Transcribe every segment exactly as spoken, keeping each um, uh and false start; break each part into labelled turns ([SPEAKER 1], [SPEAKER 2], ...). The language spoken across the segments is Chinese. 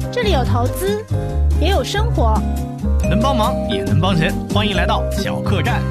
[SPEAKER 1] 这里有投资，也有生活，
[SPEAKER 2] 能帮忙也能帮钱，欢迎来到小客栈。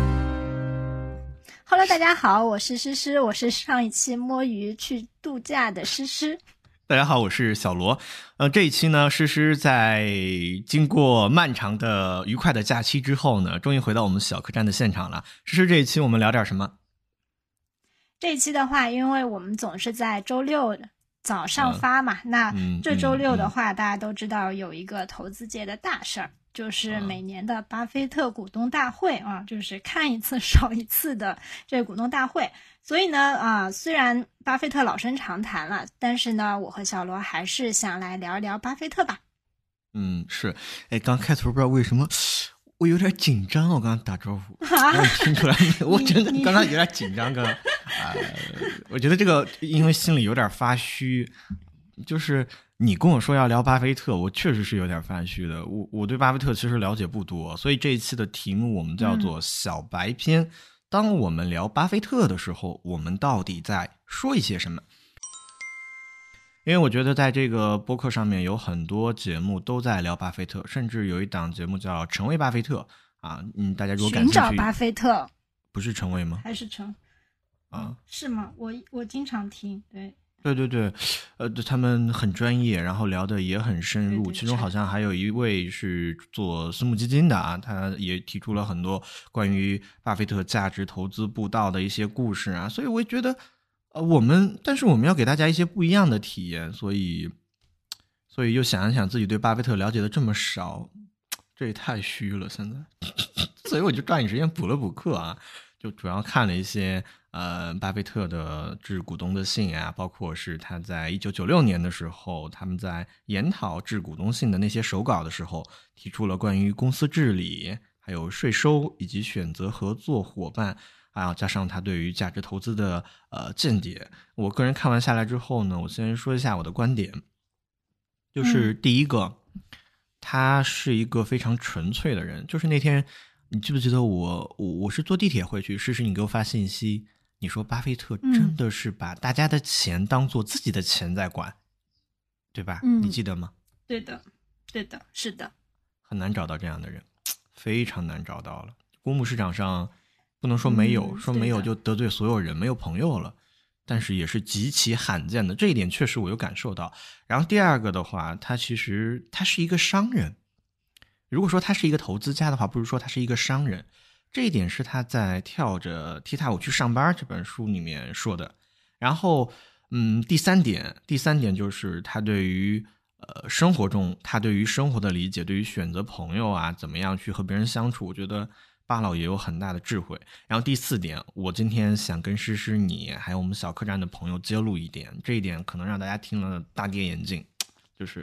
[SPEAKER 1] Hello， 大家好，我是诗诗，我是上一期摸鱼去度假的诗诗。
[SPEAKER 2] 大家好，我是小罗。呃，这一期呢，诗诗在经过漫长的愉快的假期之后呢，终于回到我们小客栈的现场了。诗诗，这一期我们聊点什么？
[SPEAKER 1] 这一期的话，因为我们总是在周六早上发嘛，
[SPEAKER 2] 嗯、
[SPEAKER 1] 那这周六的话、
[SPEAKER 2] 嗯嗯、
[SPEAKER 1] 大家都知道有一个投资界的大事儿，就是每年的巴菲特股东大会啊，就是看一次少一次的这个股东大会。所以呢啊，虽然巴菲特老生常谈了，但是呢，我和小罗还是想来聊一聊巴菲特吧。
[SPEAKER 2] 嗯，是。哎，刚开头不知道为什么我有点紧张，我刚刚打招呼，让你听出来没？我真的刚刚有点紧张，刚刚啊、呃，我觉得这个因为心里有点发虚，就是你跟我说要聊巴菲特，我确实是有点发虚的。我我对巴菲特其实了解不多，所以这一期的题目我们叫做小白篇。嗯、当我们聊巴菲特的时候，我们到底在说一些什么？因为我觉得在这个播客上面有很多节目都在聊巴菲特，甚至有一档节目叫成为巴菲特啊，嗯，大家如果感兴趣，
[SPEAKER 1] 寻找巴菲特
[SPEAKER 2] 不是成为吗？
[SPEAKER 1] 还是成
[SPEAKER 2] 啊？
[SPEAKER 1] 是吗？我我经常听，对
[SPEAKER 2] 对对对，呃，他们很专业，然后聊的也很深入，
[SPEAKER 1] 对对，
[SPEAKER 2] 其中好像还有一位是做私募基金的啊，他也提出了很多关于巴菲特价值投资步道的一些故事啊，所以我觉得。呃，我们但是我们要给大家一些不一样的体验，所以所以又想一想自己对巴菲特了解的这么少，这也太虚了现在，所以我就抓紧时间补了补课啊，就主要看了一些呃巴菲特的致股东的信啊，包括是他在一九九六年的时候，他们在研讨致股东信的那些手稿的时候，提出了关于公司治理、还有税收以及选择合作伙伴。啊，加上他对于价值投资的呃见解，我个人看完下来之后呢，我先说一下我的观点，就是第一个，嗯、他是一个非常纯粹的人。就是那天你记不记得我我我是坐地铁回去，诗诗你给我发信息，你说巴菲特真的是把大家的钱当做自己的钱在管，嗯、对吧？
[SPEAKER 1] 嗯，
[SPEAKER 2] 你记得吗？
[SPEAKER 1] 对的，对的，是的，
[SPEAKER 2] 很难找到这样的人，非常难找到了。公募市场上。不能说没有、嗯、说没有就得罪所有人，没有朋友了，但是也是极其罕见的，这一点确实我有感受到。然后第二个的话，他其实他是一个商人，如果说他是一个投资家的话，不如说他是一个商人，这一点是他在跳着踢踏舞去上班这本书里面说的。然后嗯，第三点第三点就是他对于呃生活中他对于生活的理解，对于选择朋友啊，怎么样去和别人相处，我觉得巴老也有很大的智慧。然后第四点，我今天想跟诗诗你还有我们小客栈的朋友揭露一点，这一点可能让大家听了大跌眼镜，就是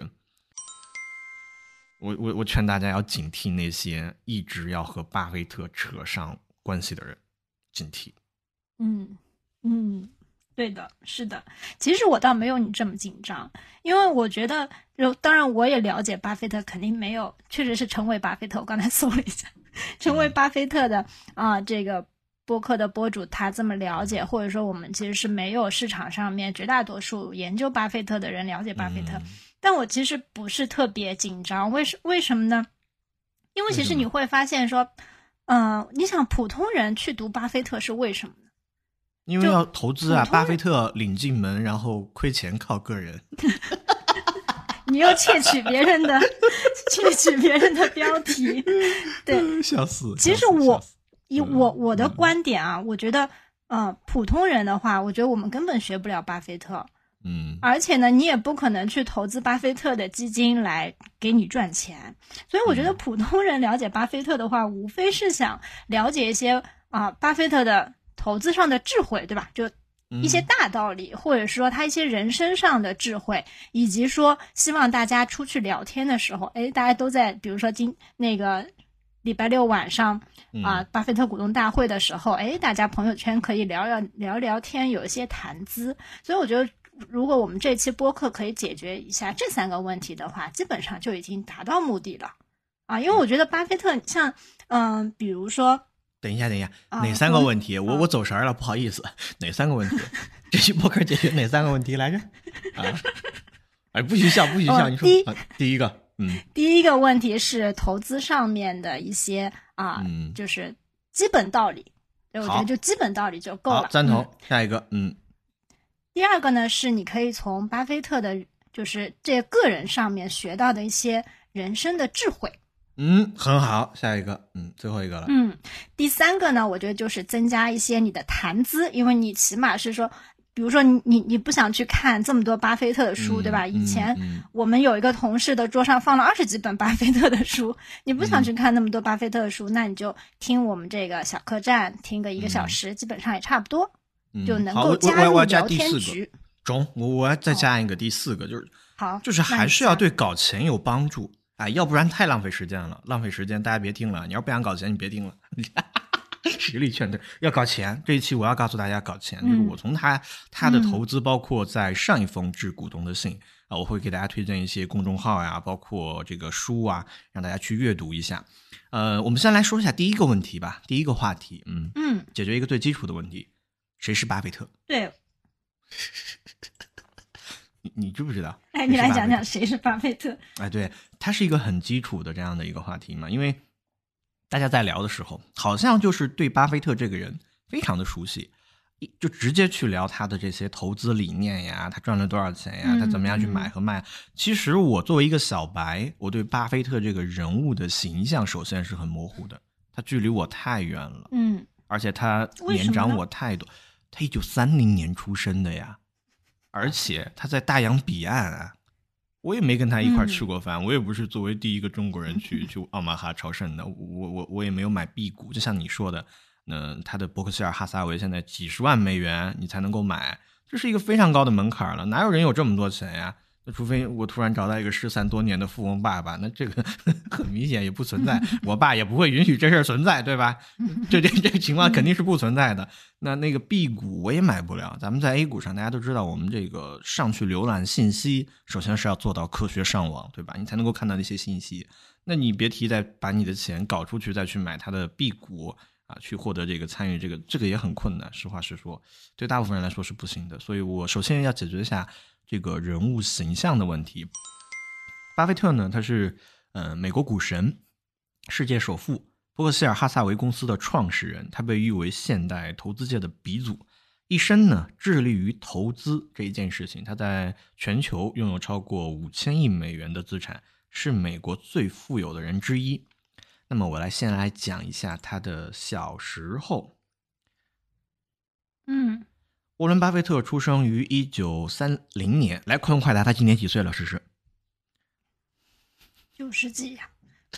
[SPEAKER 2] 我我我劝大家要警惕那些一直要和巴菲特扯上关系的人，警惕。
[SPEAKER 1] 嗯嗯，对的，是的。其实我倒没有你这么紧张，因为我觉得，当然我也了解巴菲特肯定没有，确实是成为巴菲特。我刚才搜了一下。成为巴菲特的啊、呃，这个播客的播主，他这么了解，或者说我们其实是没有市场上面绝大多数研究巴菲特的人了解巴菲特。嗯、但我其实不是特别紧张，为什为什么呢？因为其实你会发现说，嗯、呃，你想普通人去读巴菲特是为什么呢？
[SPEAKER 2] 因为要投资啊，巴菲特领进门，然后亏钱靠个人。
[SPEAKER 1] 你又窃取别人的窃取别人的标题，对，
[SPEAKER 2] 笑死。
[SPEAKER 1] 其实我以我我的观点啊，嗯、我觉得呃普通人的话，我觉得我们根本学不了巴菲特，
[SPEAKER 2] 嗯，
[SPEAKER 1] 而且呢，你也不可能去投资巴菲特的基金来给你赚钱，所以我觉得普通人了解巴菲特的话，嗯、无非是想了解一些啊、呃、巴菲特的投资上的智慧，对吧？就一些大道理，或者说他一些人生上的智慧，以及说希望大家出去聊天的时候，哎，大家都在，比如说今那个礼拜六晚上啊、呃，巴菲特股东大会的时候，哎，大家朋友圈可以聊聊聊聊天，有一些谈资。所以我觉得，如果我们这期播客可以解决一下这三个问题的话，基本上就已经达到目的了啊。因为我觉得巴菲特像嗯、呃，比如说。
[SPEAKER 2] 等一下，等一下，哪三个问题？啊、我我走神了，不好意思。哪三个问题？这期播客解决哪三个问题来着？啊哎，不许笑，不许笑，
[SPEAKER 1] 哦、
[SPEAKER 2] 你说
[SPEAKER 1] 第一、
[SPEAKER 2] 啊、第一个，嗯，
[SPEAKER 1] 第一个问题是投资上面的一些啊、
[SPEAKER 2] 嗯，
[SPEAKER 1] 就是基本道理，所以我觉得就基本道理就够了。
[SPEAKER 2] 好，赞同、
[SPEAKER 1] 嗯。
[SPEAKER 2] 下一个，嗯。
[SPEAKER 1] 第二个呢，是你可以从巴菲特的，就是这个人上面学到的一些人生的智慧。
[SPEAKER 2] 嗯，很好，下一个，嗯，最后一个了。
[SPEAKER 1] 嗯，第三个呢，我觉得就是增加一些你的谈资，因为你起码是说，比如说你你你不想去看这么多巴菲特的书，
[SPEAKER 2] 嗯、
[SPEAKER 1] 对吧？以前
[SPEAKER 2] 嗯嗯、
[SPEAKER 1] 我们有一个同事的桌上放了二十几本巴菲特的书，你不想去看那么多巴菲特的书，嗯、那你就听我们这个小客栈，听个一个小时，嗯、基本上也差不多，
[SPEAKER 2] 嗯、
[SPEAKER 1] 就能够加入聊天局。
[SPEAKER 2] 中，我我要再加一个第四个，就是
[SPEAKER 1] 好，
[SPEAKER 2] 就是还是要对搞钱有帮助。哎，要不然太浪费时间了，浪费时间，大家别听了。你要不想搞钱，你别听了。实力劝退，要搞钱。这一期我要告诉大家搞钱，嗯、就是我从他他的投资，包括在上一封致股东的信啊、嗯，我会给大家推荐一些公众号呀，包括这个书啊，让大家去阅读一下。呃，我们先来说一下第一个问题吧，第一个话题，嗯
[SPEAKER 1] 嗯，
[SPEAKER 2] 解决一个最基础的问题，谁是巴菲特？
[SPEAKER 1] 对。
[SPEAKER 2] 你你知不知道？
[SPEAKER 1] 哎，你来讲讲谁是巴菲特？
[SPEAKER 2] 哎，对，它是一个很基础的这样的一个话题嘛，因为大家在聊的时候，好像就是对巴菲特这个人非常的熟悉，就直接去聊他的这些投资理念呀，他赚了多少钱呀，
[SPEAKER 1] 嗯、
[SPEAKER 2] 他怎么样去买和卖。嗯、其实我作为一个小白，我对巴菲特这个人物的形象首先是很模糊的，他距离我太远了，
[SPEAKER 1] 嗯，
[SPEAKER 2] 而且他年长我太多，他一九三零年出生的呀。而且他在大洋彼岸啊，我也没跟他一块吃过饭，嗯、我也不是作为第一个中国人去去奥马哈朝圣的，我我我也没有买 B 股，就像你说的，那他的伯克希尔哈撒韦现在几十万美元你才能够买，这是一个非常高的门槛了，哪有人有这么多钱呀？那除非我突然找到一个失散多年的富翁爸爸，那这个很明显也不存在，我爸也不会允许这事儿存在，对吧？这这这个情况肯定是不存在的。那那个 B 股我也买不了，咱们在 A 股上大家都知道，我们这个上去浏览信息，首先是要做到科学上网，对吧？你才能够看到那些信息。那你别提再把你的钱搞出去再去买它的 B 股啊，去获得这个参与这个，这个也很困难，实话实说，对大部分人来说是不行的。所以我首先要解决一下这个人物形象的问题。巴菲特呢，他是呃美国股神，世界首富，伯克希尔哈撒韦公司的创始人，他被誉为现代投资界的鼻祖，一生呢致力于投资这一件事情。他在全球拥有超过五千亿美元的资产，是美国最富有的人之一。那么我来先来讲一下他的小时候。
[SPEAKER 1] 嗯。
[SPEAKER 2] 沃伦·巴菲特出生于一九三零年，来快问快答，他今年几岁了？试试。
[SPEAKER 1] 九十几呀。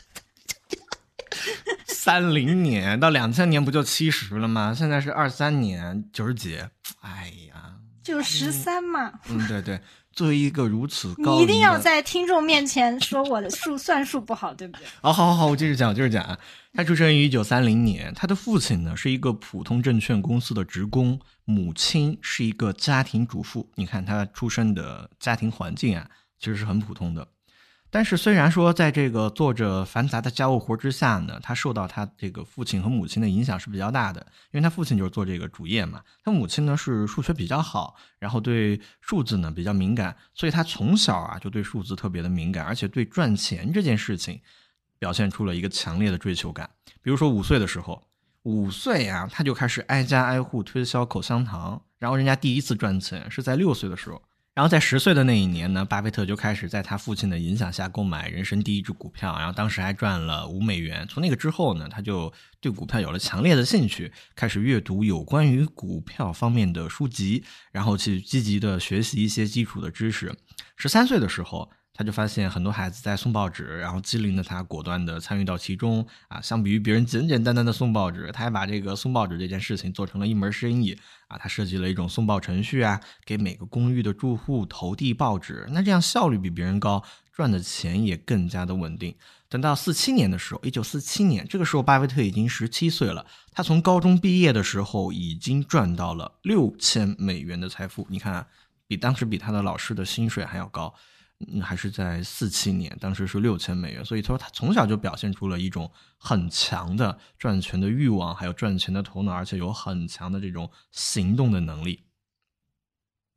[SPEAKER 2] 三零年到两千年不就七十了吗？现在是二三年，九十几。哎呀，
[SPEAKER 1] 就十三嘛。
[SPEAKER 2] 嗯，对对。作为一个如此高，
[SPEAKER 1] 你一定要在听众面前说我的数算术不好，对不对？
[SPEAKER 2] 哦，好好好，我接着讲，接着讲啊。他出生于一九三零年，他的父亲呢是一个普通证券公司的职工，母亲是一个家庭主妇。你看他出生的家庭环境啊，其实是很普通的。但是虽然说在这个做着繁杂的家务活之下呢，他受到他这个父亲和母亲的影响是比较大的，因为他父亲就是做这个主业嘛，他母亲呢是数学比较好，然后对数字呢比较敏感，所以他从小啊就对数字特别的敏感，而且对赚钱这件事情表现出了一个强烈的追求感。比如说五岁的时候，五岁啊他就开始挨家挨户推销口香糖，然后人家第一次赚钱是在六岁的时候。然后在十岁的那一年呢，巴菲特就开始在他父亲的影响下购买人生第一只股票，然后当时还赚了五美元。从那个之后呢，他就对股票有了强烈的兴趣，开始阅读有关于股票方面的书籍，然后去积极的学习一些基础的知识。十三岁的时候，他就发现很多孩子在送报纸，然后机灵的他果断的参与到其中啊。相比于别人简简单单的送报纸，他还把这个送报纸这件事情做成了一门生意啊。他设计了一种送报程序啊，给每个公寓的住户投递报纸，那这样效率比别人高，赚的钱也更加的稳定。等到四七年的时候，一九四七年，这个时候巴菲特已经十七岁了，他从高中毕业的时候已经赚到了六千美元的财富。你看啊，比当时比他的老师的薪水还要高。嗯，还是在四七年，当时是六千美元，所以说他从小就表现出了一种很强的赚钱的欲望，还有赚钱的头脑，而且有很强的这种行动的能力。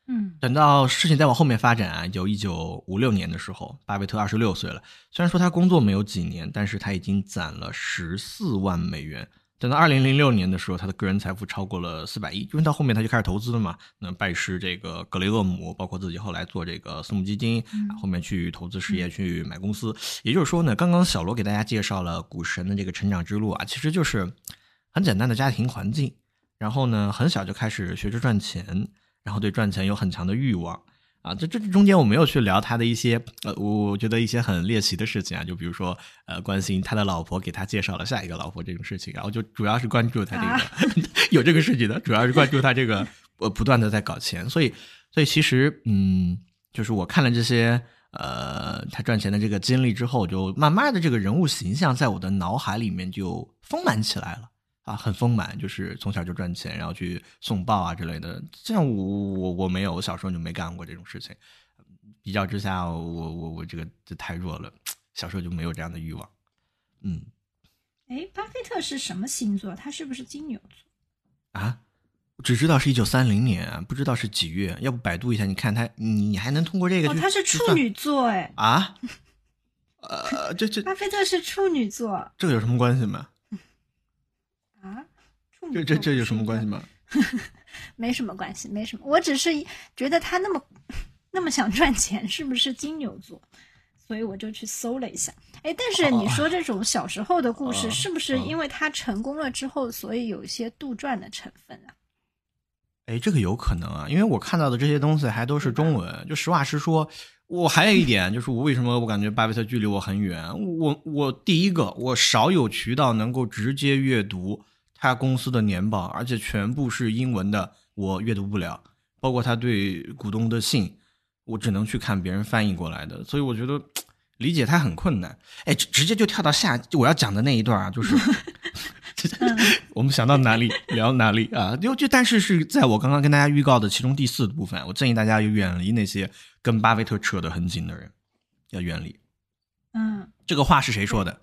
[SPEAKER 1] 嗯，
[SPEAKER 2] 等到事情再往后面发展啊，就一九五六年的时候，巴菲特二十六岁了。虽然说他工作没有几年，但是他已经攒了十四万美元。等到二零零六年的时候，他的个人财富超过了四百亿，因为到后面他就开始投资了嘛，那拜师这个格雷厄姆，包括自己后来做这个私募基金，
[SPEAKER 1] 嗯、
[SPEAKER 2] 后面去投资事业，去买公司。也就是说呢，刚刚小罗给大家介绍了股神的这个成长之路啊，其实就是很简单的家庭环境，然后呢，很小就开始学着赚钱，然后对赚钱有很强的欲望。啊，这这中间我没有去聊他的一些呃，我觉得一些很猎奇的事情啊，就比如说呃，关心他的老婆给他介绍了下一个老婆这种事情，然后就主要是关注他这个、啊、有这个事情的，主要是关注他这个呃不断的在搞钱，所以所以其实嗯，就是我看了这些呃他赚钱的这个经历之后，就慢慢的这个人物形象在我的脑海里面就丰满起来了。啊，很丰满，就是从小就赚钱，然后去送报啊之类的。这样我我我没有，我小时候就没干过这种事情。比较之下，我我我这个就太弱了，小时候就没有这样的欲望。嗯，
[SPEAKER 1] 哎，巴菲特是什么星座？他是不是金牛座？
[SPEAKER 2] 啊，只知道是一九三零年，不知道是几月。要不百度一下，你看他，你你还能通过这个？
[SPEAKER 1] 哦，他是处女座，哎。
[SPEAKER 2] 啊？呃，这这
[SPEAKER 1] 巴菲特是处女座，
[SPEAKER 2] 这个有什么关系吗？
[SPEAKER 1] 啊，处女
[SPEAKER 2] 这这这有什么关系吗？
[SPEAKER 1] 没什么关系，没什么。我只是觉得他那么那么想赚钱，是不是金牛座？所以我就去搜了一下。哎，但是你说这种小时候的故事，是不是因为他成功了之后，所以有一些杜撰的成分啊？
[SPEAKER 2] 哎，这个有可能啊，因为我看到的这些东西还都是中文。就实话实说，我还有一点就是，我为什么我感觉巴菲特距离我很远？我我第一个，我少有渠道能够直接阅读他公司的年报，而且全部是英文的，我阅读不了。包括他对股东的信，我只能去看别人翻译过来的，所以我觉得理解他很困难。哎，直接就跳到下我要讲的那一段啊，就是我们想到哪里聊哪里啊，就就但是是在我刚刚跟大家预告的其中第四部分，我建议大家要远离那些跟巴菲特扯得很紧的人，要远离。
[SPEAKER 1] 嗯，
[SPEAKER 2] 这个话是谁说的？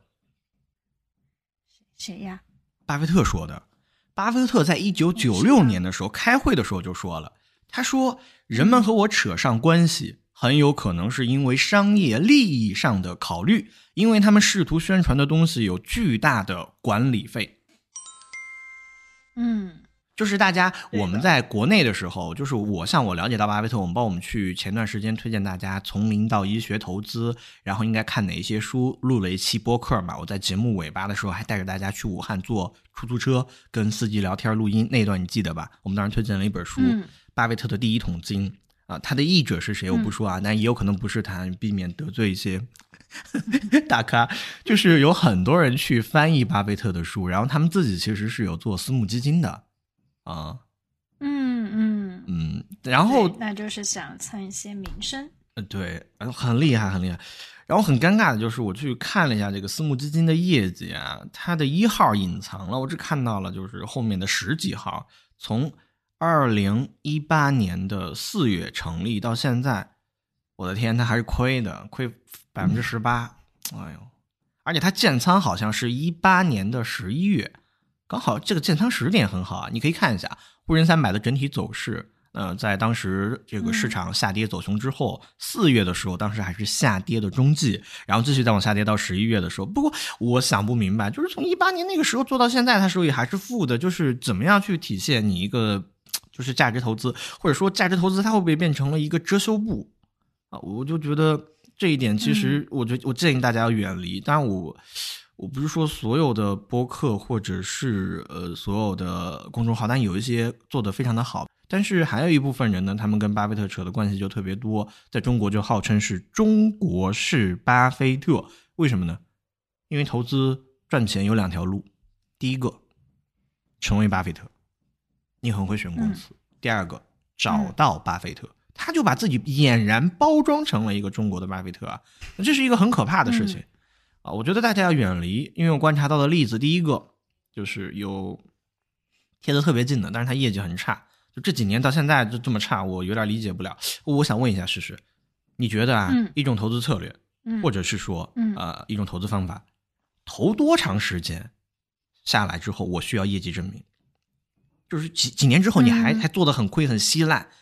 [SPEAKER 1] 谁呀？
[SPEAKER 2] 巴菲特说的。巴菲特在一九九六年的时候开会的时候就说了，他说人们和我扯上关系很有可能是因为商业利益上的考虑，因为他们试图宣传的东西有巨大的管理费。
[SPEAKER 1] 嗯，
[SPEAKER 2] 就是大家我们在国内的时候，就是我像我了解到巴菲特，我们帮我们去前段时间推荐大家从零到一学投资，然后应该看哪一些书，录了一期播客嘛。我在节目尾巴的时候还带着大家去武汉坐出租车跟司机聊天录音，那段你记得吧？我们当时推荐了一本书、嗯、巴菲特的第一桶金啊，他的译者是谁我不说啊，但也有可能不是他，避免得罪一些大咖。就是有很多人去翻译巴菲特的书，然后他们自己其实是有做私募基金的啊，
[SPEAKER 1] 嗯嗯
[SPEAKER 2] 嗯，然后
[SPEAKER 1] 那就是想蹭一些名声，
[SPEAKER 2] 呃，对，很厉害，很厉害。然后很尴尬的就是，我去看了一下这个私募基金的业绩啊，它的一号隐藏了，我只看到了就是后面的十几号。从二零一八年的四月成立到现在，我的天，它还是亏的，亏百分之十八。哎呦，而且它建仓好像是一八年的十一月。刚好这个建仓时点很好啊，你可以看一下沪深三百的整体走势。呃，在当时这个市场下跌走熊之后，四、嗯、月的时候，当时还是下跌的中继，然后继续再往下跌到十一月的时候。不过我想不明白，就是从一八年那个时候做到现在，它收益还是负的，就是怎么样去体现你一个就是价值投资，或者说价值投资它会不会变成了一个遮羞布啊？我就觉得这一点其实我觉得我建议大家要远离。当然我。我不是说所有的播客或者是呃所有的公众号，但有一些做得非常的好，但是还有一部分人呢，他们跟巴菲特扯的关系就特别多，在中国就号称是中国式巴菲特。为什么呢？因为投资赚钱有两条路，第一个成为巴菲特，你很会选公司、嗯、第二个找到巴菲特、嗯、他就把自己俨然包装成了一个中国的巴菲特啊，这是一个很可怕的事情、嗯啊，我觉得大家要远离，因为我观察到的例子，第一个就是有贴得特别近的，但是他业绩很差，就这几年到现在就这么差，我有点理解不了。我想问一下诗诗，你觉得啊、嗯，一种投资策略，嗯、或者是说，嗯、呃，一种投资方法，投多长时间下来之后，我需要业绩证明？就是几几年之后你还、嗯、还做得很亏很稀烂，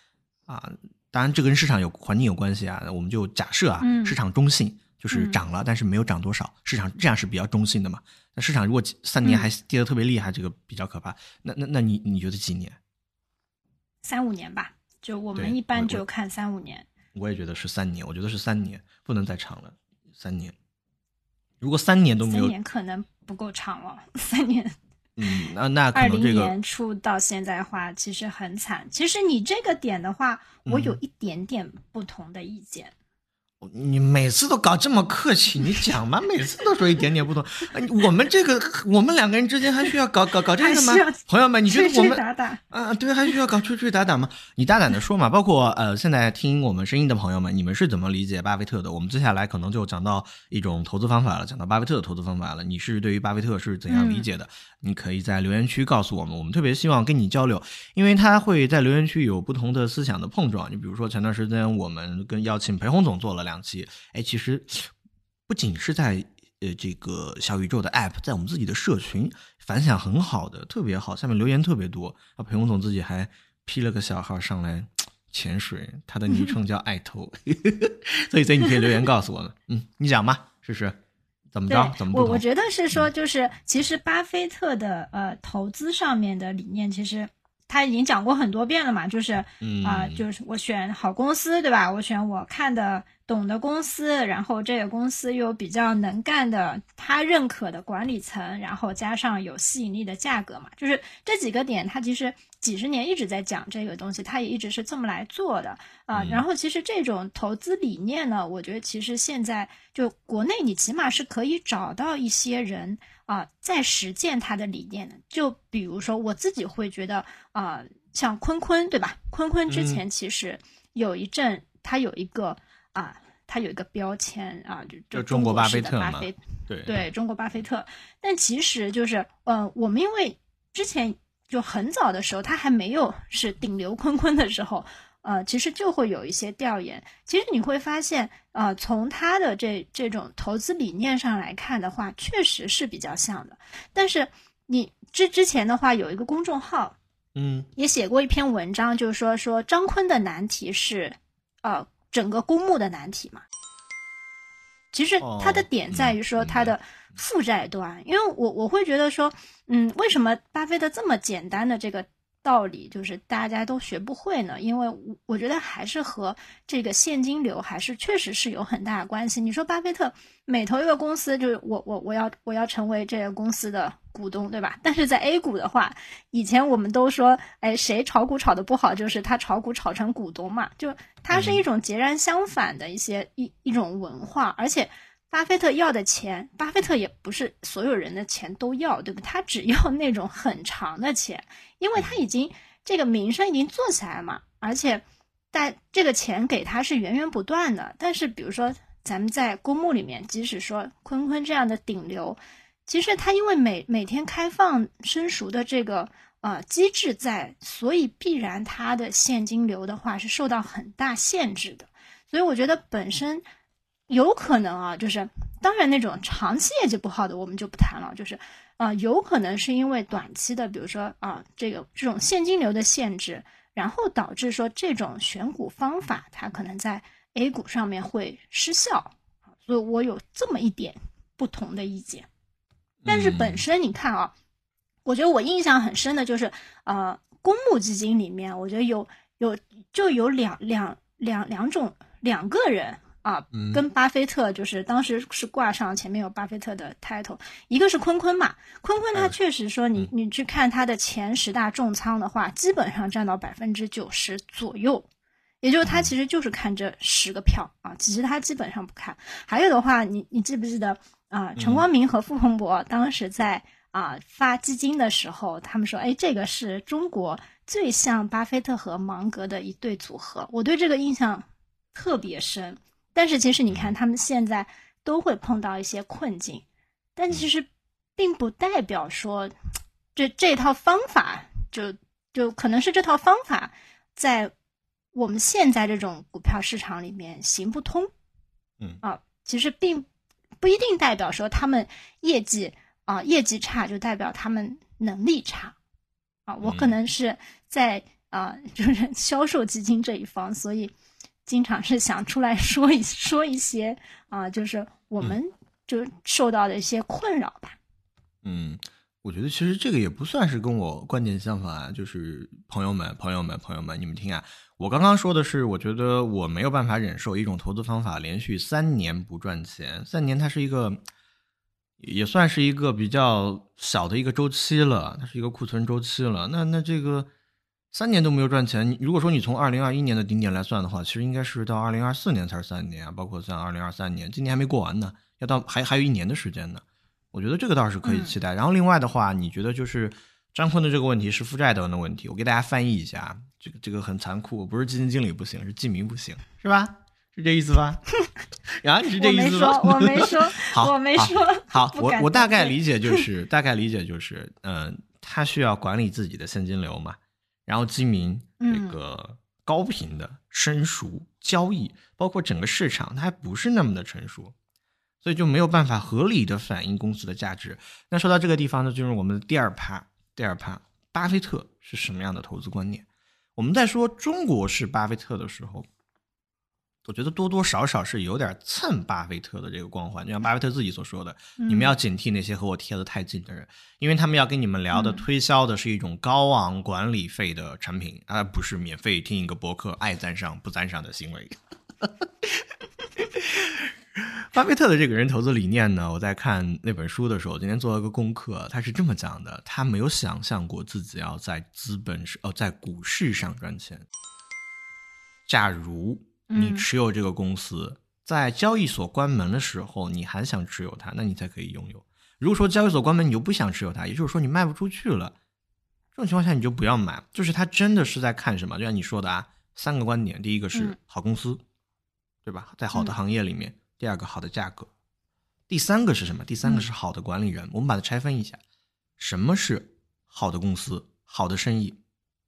[SPEAKER 2] 啊，当然这跟市场有环境有关系啊，我们就假设啊，
[SPEAKER 1] 嗯
[SPEAKER 2] 市场中性，就是涨了，但是没有涨多少，市场这样是比较中性的嘛。那市场如果三年还跌得特别厉害，这个比较可怕。那那那你你觉得几年？
[SPEAKER 1] 三五年吧，就我
[SPEAKER 2] 对
[SPEAKER 1] 们一般
[SPEAKER 2] 我
[SPEAKER 1] 就看三五年。
[SPEAKER 2] 我也觉得是三年，我觉得是三年，不能再长了，三年。如果三年都没有，
[SPEAKER 1] 三年可能不够长了，三年。
[SPEAKER 2] 嗯，那那可
[SPEAKER 1] 二零
[SPEAKER 2] 能这个
[SPEAKER 1] 年初到现在的话，其实很惨。其实你这个点的话，我有一点点不同的意见。
[SPEAKER 2] 你每次都搞这么客气，你讲嘛，每次都说一点点不同。我们这个，我们两个人之间还需要搞搞搞这个吗？朋友们，你觉得我们
[SPEAKER 1] 吹吹打打
[SPEAKER 2] 啊，对，还需要搞吹吹打打吗？你大胆的说嘛。包括呃，现在听我们声音的朋友们，你们是怎么理解巴菲特的？我们接下来可能就讲到一种投资方法了，讲到巴菲特的投资方法了。你是对于巴菲特是怎样理解的？嗯、你可以在留言区告诉我们，我们特别希望跟你交流，因为他会在留言区有不同的思想的碰撞。你比如说前段时间我们跟邀请裴洪总做了两期，哎，其实不仅是在呃这个小宇宙的 app， 在我们自己的社群反响很好的，特别好，下面留言特别多。啊，裴洪总自己还 P 了个小号上来潜水，他的昵称叫爱投，所以所以你可以留言告诉我们，嗯，你讲嘛，试试怎么着？怎么不同？
[SPEAKER 1] 我我觉得是说，就是其实巴菲特的呃投资上面的理念，其实他已经讲过很多遍了嘛，就是啊、
[SPEAKER 2] 嗯
[SPEAKER 1] 呃，就是我选好公司，对吧？我选我看的懂的公司，然后这个公司又比较能干的，他认可的管理层，然后加上有吸引力的价格嘛，就是这几个点，他其实几十年一直在讲这个东西，他也一直是这么来做的啊、呃
[SPEAKER 2] 嗯。
[SPEAKER 1] 然后其实这种投资理念呢，我觉得其实现在就国内你起码是可以找到一些人啊、呃，在实践他的理念的。就比如说我自己会觉得啊、呃，像坤坤对吧？坤坤之前其实有一阵、嗯、他有一个啊，他有一个标签啊，就就
[SPEAKER 2] 中国巴菲特嘛，
[SPEAKER 1] 巴菲
[SPEAKER 2] 对
[SPEAKER 1] 对，中国巴菲特。但其实就是，呃，我们因为之前就很早的时候，他还没有是顶流坤坤的时候，呃，其实就会有一些调研。其实你会发现，呃，从他的这这种投资理念上来看的话，确实是比较像的。但是你之之前的话，有一个公众号，
[SPEAKER 2] 嗯，
[SPEAKER 1] 也写过一篇文章，就是说说张坤的难题是，呃。整个公募的难题嘛，其实它的点在于说它的负债端，因为我我会觉得说，嗯，为什么巴菲特这么简单的这个道理就是大家都学不会呢？因为我觉得还是和这个现金流还是确实是有很大的关系。你说巴菲特每投一个公司，就是我我我要我要成为这个公司的股东，对吧？但是在 A 股的话，以前我们都说，哎，谁炒股炒得不好，就是他炒股炒成股东嘛，就它是一种截然相反的一些一一种文化，而且。巴菲特要的钱，巴菲特也不是所有人的钱都要，对不对？他只要那种很长的钱，因为他已经这个名声已经做起来了嘛，而且但这个钱给他是源源不断的。但是比如说咱们在公募里面，即使说坤坤这样的顶流，其实他因为每每天开放申赎的这个呃机制在，所以必然他的现金流的话是受到很大限制的。所以我觉得本身。有可能啊，就是当然那种长期业绩不好的我们就不谈了，就是啊、呃，有可能是因为短期的，比如说啊、呃，这个这种现金流的限制，然后导致说这种选股方法它可能在 A 股上面会失效，所以我有这么一点不同的意见。但是本身你看啊，我觉得我印象很深的就是呃，公募基金里面，我觉得有有就有两两两两种两个人。啊，跟巴菲特就是当时是挂上前面有巴菲特的 title， 一个是坤坤嘛，坤坤他确实说你你去看他的前十大重仓的话，基本上占到百分之九十左右，也就是他其实就是看这十个票啊，其实他基本上不看。还有的话，你你记不记得啊？陈光明和傅鹏博当时在啊发基金的时候，他们说，哎，这个是中国最像巴菲特和芒格的一对组合，我对这个印象特别深。但是其实你看他们现在都会碰到一些困境，但其实并不代表说这这套方法就就可能是这套方法在我们现在这种股票市场里面行不通。
[SPEAKER 2] 嗯
[SPEAKER 1] 啊，其实并不一定代表说他们业绩啊业绩差就代表他们能力差啊，我可能是在啊、呃，就是销售基金这一方，所以经常是想出来说一说一些啊、呃，就是我们就受到的一些困扰吧。
[SPEAKER 2] 嗯，我觉得其实这个也不算是跟我观点相反啊，就是朋友们、朋友们、朋友们，你们听啊，我刚刚说的是，我觉得我没有办法忍受一种投资方法连续三年不赚钱，三年它是一个。也算是一个比较小的一个周期了，它是一个库存周期了。那那这个三年都没有赚钱，如果说你从二零二一年的顶点来算的话，其实应该是到二零二四年才是三年啊，包括像二零二三年，今年还没过完呢，要到还还有一年的时间呢。我觉得这个倒是可以期待。嗯、然后另外的话，你觉得就是张坤的这个问题是负债端的问题，我给大家翻译一下，这个这个很残酷，不是基金经理不行，是季明不行，是吧？是这意思吧？啊，是这意思吧？
[SPEAKER 1] 我没说，我没说，
[SPEAKER 2] 好，
[SPEAKER 1] 我没说。
[SPEAKER 2] 好，好我我大概理解就是，大概理解就是，嗯、呃，他需要管理自己的现金流嘛，然后基民这个高频的生熟交易，嗯、包括整个市场，它还不是那么的成熟，所以就没有办法合理的反映公司的价值。那说到这个地方呢，就是我们的第二趴，第二趴，巴菲特是什么样的投资观念？我们在说中国式巴菲特的时候。我觉得多多少少是有点蹭巴菲特的这个光环，就像巴菲特自己所说的，嗯、你们要警惕那些和我贴得太近的人，因为他们要跟你们聊的、推销的是一种高昂管理费的产品，而、嗯、不是免费听一个博客爱赞赏不赞赏的行为。巴菲特的这个人投资理念呢，我在看那本书的时候，今天做了个功课，他是这么讲的：他没有想象过自己要在资本市哦，在股市上赚钱。假如你持有这个公司、嗯、在交易所关门的时候你还想持有它，那你才可以拥有。如果说交易所关门你就不想持有它，也就是说你卖不出去了，这种情况下你就不要买。就是他真的是在看什么，就像你说的啊，三个观点，第一个是好公司、嗯、对吧，在好的行业里面、嗯、第二个好的价格，第三个是什么？第三个是好的管理人、嗯、我们把它拆分一下，什么是好的公司好的生意？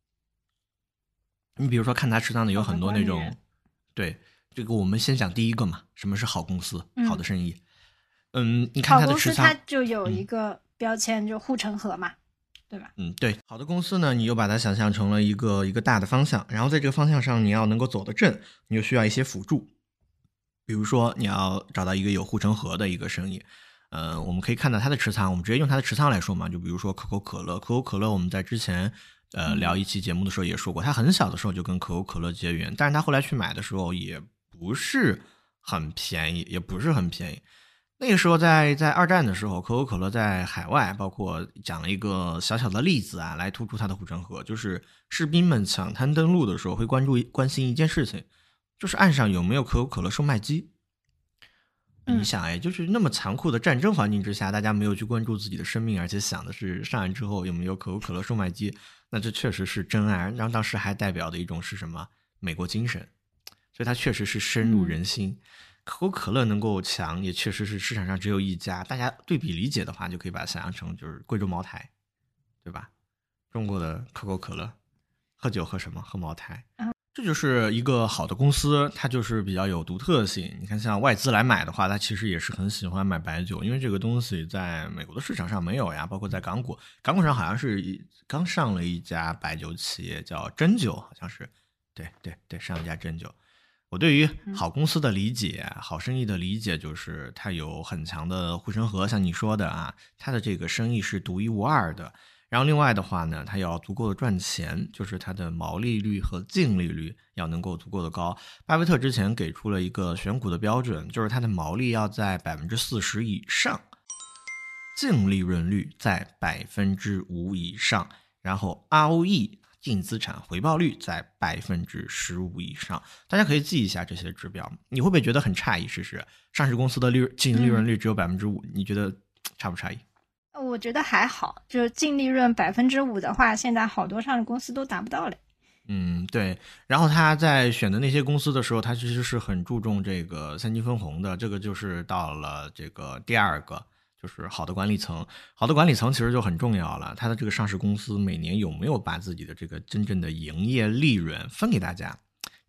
[SPEAKER 2] 你比如说看他持仓的有很多那种，对，这个我们先讲第一个嘛，什么是好公司、嗯、好的生意？嗯，你看他的持仓，
[SPEAKER 1] 好公司它就有一个标签，嗯、就护城河嘛，对吧？
[SPEAKER 2] 嗯，对，好的公司呢，你又把它想象成了一个一个大的方向，然后在这个方向上你要能够走得正，你就需要一些辅助，比如说你要找到一个有护城河的一个生意。呃，我们可以看到它的持仓，我们直接用它的持仓来说嘛，就比如说可口可乐，可口可乐我们在之前。呃，聊一期节目的时候也说过，他很小的时候就跟可口可乐结缘，但是他后来去买的时候也不是很便宜，也不是很便宜。那个时候在在二战的时候，可口可乐在海外，包括讲了一个小小的例子啊，来突出它的护城河，就是士兵们抢滩登陆的时候会关注关心一件事情，就是岸上有没有可口可乐售卖机。你想哎，就是那么残酷的战争环境之下，大家没有去关注自己的生命，而且想的是上岸之后有没有可口可乐售卖机，那这确实是真爱。然后当时还代表的一种是什么？美国精神，所以它确实是深入人心。嗯、可口可乐能够强，也确实是市场上只有一家。大家对比理解的话，就可以把它想象成就是贵州茅台，对吧？中国的可口可乐，喝酒喝什么？喝茅台。嗯这就是一个好的公司，它就是比较有独特性。你看像外资来买的话，它其实也是很喜欢买白酒，因为这个东西在美国的市场上没有呀，包括在港股，港股上好像是刚上了一家白酒企业叫真酒，好像是，对对对，上一家真酒。我对于好公司的理解、嗯、好生意的理解就是它有很强的护城河，像你说的啊，它的这个生意是独一无二的。然后另外的话呢，它要足够的赚钱，就是它的毛利率和净利率要能够足够的高。巴菲特之前给出了一个选股的标准，就是它的毛利要在 百分之四十 以上，净利润率在 百分之五 以上，然后 R O E 净资产回报率在 百分之十五 以上。大家可以记一下这些指标。你会不会觉得很诧异？试试上市公司的利净利润率只有 百分之五、嗯、你觉得差不诧异？
[SPEAKER 1] 我觉得还好，就是净利润 百分之五 的话，现在好多上市公司都达不到了。
[SPEAKER 2] 嗯，对。然后他在选的那些公司的时候，他其实是很注重这个现金分红的，这个就是到了这个第二个，就是好的管理层。好的管理层其实就很重要了，他的这个上市公司每年有没有把自己的这个真正的营业利润分给大家，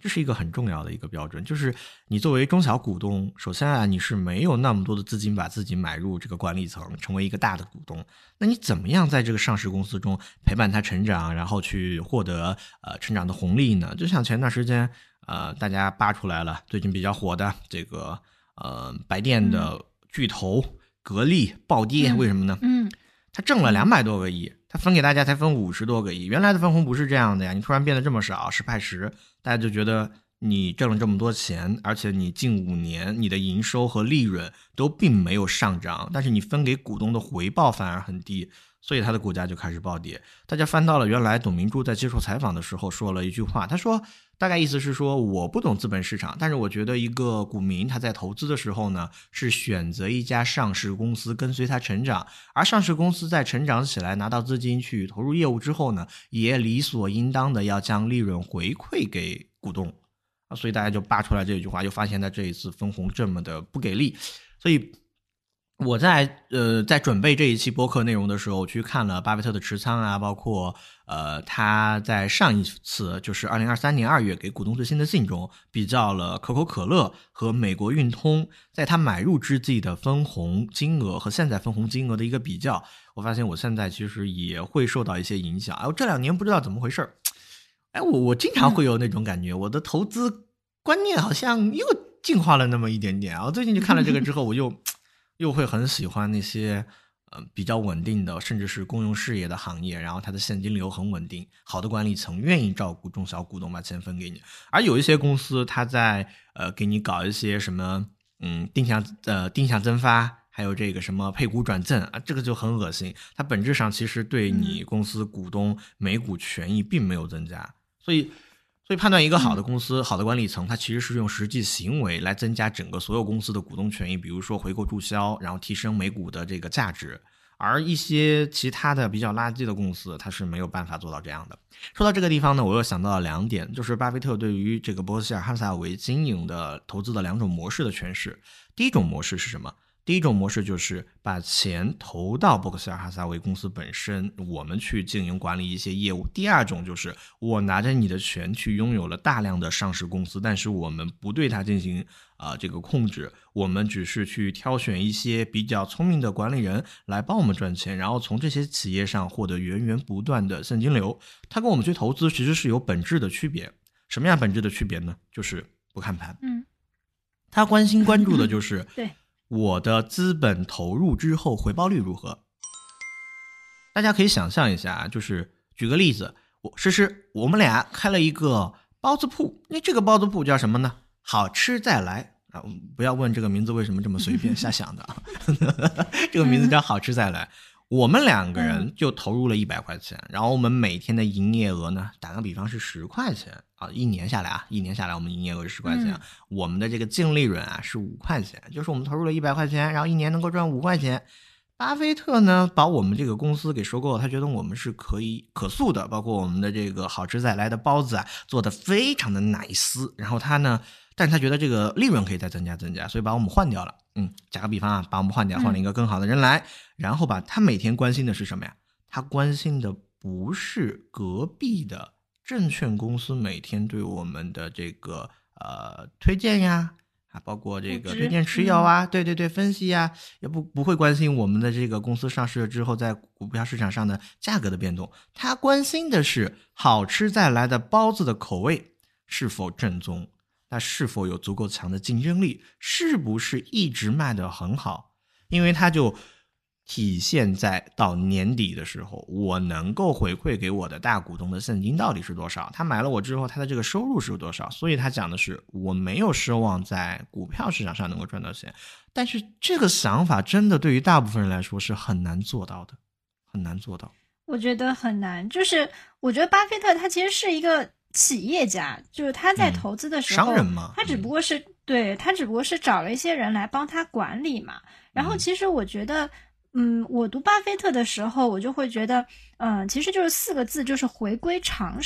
[SPEAKER 2] 这是一个很重要的一个标准，就是你作为中小股东，首先啊，你是没有那么多的资金把自己买入这个管理层，成为一个大的股东。那你怎么样在这个上市公司中陪伴它成长，然后去获得呃成长的红利呢？就像前段时间呃大家扒出来了，最近比较火的这个呃白电的巨头、嗯、格力暴跌、嗯，为什么呢？
[SPEAKER 1] 嗯，
[SPEAKER 2] 它挣了两百多个亿。他分给大家才分五十多个亿，原来的分红不是这样的呀，你突然变得这么少，十派十，大家就觉得你挣了这么多钱，而且你近五年你的营收和利润都并没有上涨，但是你分给股东的回报反而很低，所以它的股价就开始暴跌。大家翻到了原来董明珠在接受采访的时候说了一句话，他说大概意思是说，我不懂资本市场，但是我觉得一个股民他在投资的时候呢，是选择一家上市公司跟随它成长，而上市公司在成长起来拿到资金去投入业务之后呢，也理所应当的要将利润回馈给股东，所以大家就扒出来这句话，就发现他这一次分红这么的不给力。所以我在呃在准备这一期播客内容的时候，去看了巴菲特的持仓啊，包括呃他在上一次就是二零二三年二月给股东最新的信中比较了可口可乐和美国运通在他买入之际的分红金额和现在分红金额的一个比较，我发现我现在其实也会受到一些影响。哎，我这两年不知道怎么回事，哎，我我经常会有那种感觉，我的投资观念好像又进化了那么一点点。我最近就看了这个之后，我又又会很喜欢那些呃比较稳定的，甚至是公用事业的行业，然后它的现金流很稳定，好的管理层愿意照顾中小股东把钱分给你。而有一些公司，它在呃给你搞一些什么嗯定向呃定向增发，还有这个什么配股转赠啊，这个就很恶心。它本质上其实对你公司股东每股权益并没有增加，所以。所以判断一个好的公司、嗯、好的管理层，它其实是用实际行为来增加整个所有公司的股东权益，比如说回购注销，然后提升每股的这个价值。而一些其他的比较垃圾的公司，它是没有办法做到这样的。说到这个地方呢，我又想到了两点，就是巴菲特对于这个伯克希尔哈撒韦经营的投资的两种模式的诠释。第一种模式是什么？第一种模式就是把钱投到伯克希尔哈撒韦公司本身，我们去经营管理一些业务。第二种就是我拿着你的钱去拥有了大量的上市公司，但是我们不对它进行啊、呃、这个控制，我们只是去挑选一些比较聪明的管理人来帮我们赚钱，然后从这些企业上获得源源不断的现金流。它跟我们去投资其实是有本质的区别。什么样本质的区别呢？就是不看盘。
[SPEAKER 1] 嗯，
[SPEAKER 2] 他关心关注的就是
[SPEAKER 1] 对。
[SPEAKER 2] 我的资本投入之后回报率如何？大家可以想象一下，就是举个例子，我诗诗我们俩开了一个包子铺，那这个包子铺叫什么呢？好吃再来啊！不要问这个名字为什么这么随便瞎想的啊，这个名字叫好吃再来。我们两个人就投入了一百块钱，然后我们每天的营业额呢，打个比方是十块钱啊，一年下来啊，一年下来我们营业额是十块钱、嗯，我们的这个净利润啊是五块钱，就是我们投入了一百块钱，然后一年能够赚五块钱。巴菲特呢，把我们这个公司给收购了，他觉得我们是可以可塑的，包括我们的这个好吃再来的包子啊，做的非常的奶丝，然后他呢。但是他觉得这个利润可以再增加增加，所以把我们换掉了。嗯，打个比方啊，把我们换掉，换了一个更好的人来，嗯、然后把他每天关心的是什么呀？他关心的不是隔壁的证券公司每天对我们的这个呃推荐呀，啊，包括这个推荐持有啊，嗯、对对对，分析呀，也不不会关心我们的这个公司上市了之后在股票市场上的价格的变动。他关心的是好吃再来的包子的口味是否正宗。它是否有足够强的竞争力，是不是一直卖得很好，因为它就体现在到年底的时候，我能够回馈给我的大股东的现金到底是多少，他买了我之后他的这个收入是多少，所以他讲的是我没有奢望在股票市场上能够赚到钱。但是这个想法真的对于大部分人来说是很难做到的，很难做到。
[SPEAKER 1] 我觉得很难，就是我觉得巴菲特他其实是一个企业家，就是他在投资的时候、
[SPEAKER 2] 嗯、商人嘛，
[SPEAKER 1] 他只不过是、嗯、对他只不过是找了一些人来帮他管理嘛。然后其实我觉得嗯我读巴菲特的时候我就会觉得嗯其实就是四个字，就是回归常识。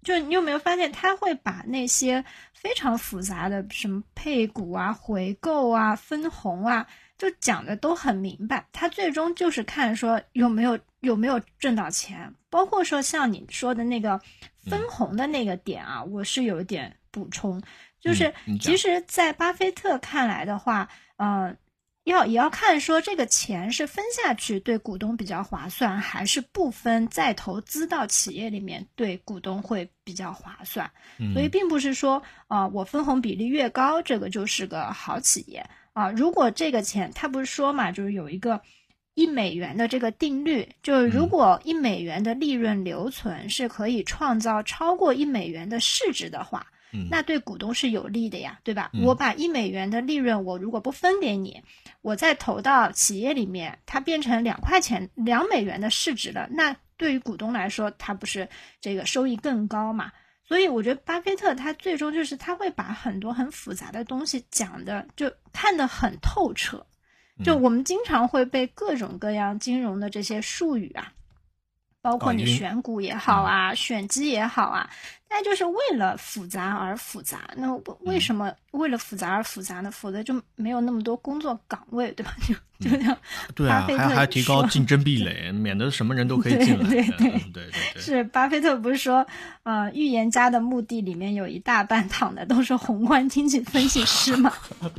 [SPEAKER 1] 就你有没有发现他会把那些非常复杂的什么配股啊、回购啊、分红啊，就讲的都很明白。他最终就是看说有没有有没有挣到钱，包括说像你说的那个分红的那个点啊，嗯、我是有一点补充，就是其实，在巴菲特看来的话，呃。要也要看说这个钱是分下去对股东比较划算，还是不分再投资到企业里面对股东会比较划算。
[SPEAKER 2] 嗯、
[SPEAKER 1] 所以并不是说啊、呃，我分红比例越高，这个就是个好企业啊、呃。如果这个钱，他不是说嘛，就是有一个一美元的这个定律，就是如果一美元的利润留存是可以创造超过一美元的市值的话。那对股东是有利的呀，对吧？
[SPEAKER 2] 嗯、
[SPEAKER 1] 我把一美元的利润，我如果不分给你，我再投到企业里面，它变成两块钱、两美元的市值了，那对于股东来说，它不是这个收益更高嘛？所以我觉得巴菲特他最终就是他会把很多很复杂的东西讲的就看得很透彻，就我们经常会被各种各样金融的这些术语啊。包括你选股也好啊，嗯、选基也好啊，那就是为了复杂而复杂。那为什么为了复杂而复杂呢？否则就没有那么多工作岗位，对吧？就就像
[SPEAKER 2] 对啊，还还提高竞争壁垒，免得什么人都可以进来。
[SPEAKER 1] 对对对
[SPEAKER 2] 对对对，
[SPEAKER 1] 是巴菲特不是说，呃，预言家的墓地里面有一大半躺的都是宏观经济分析师嘛？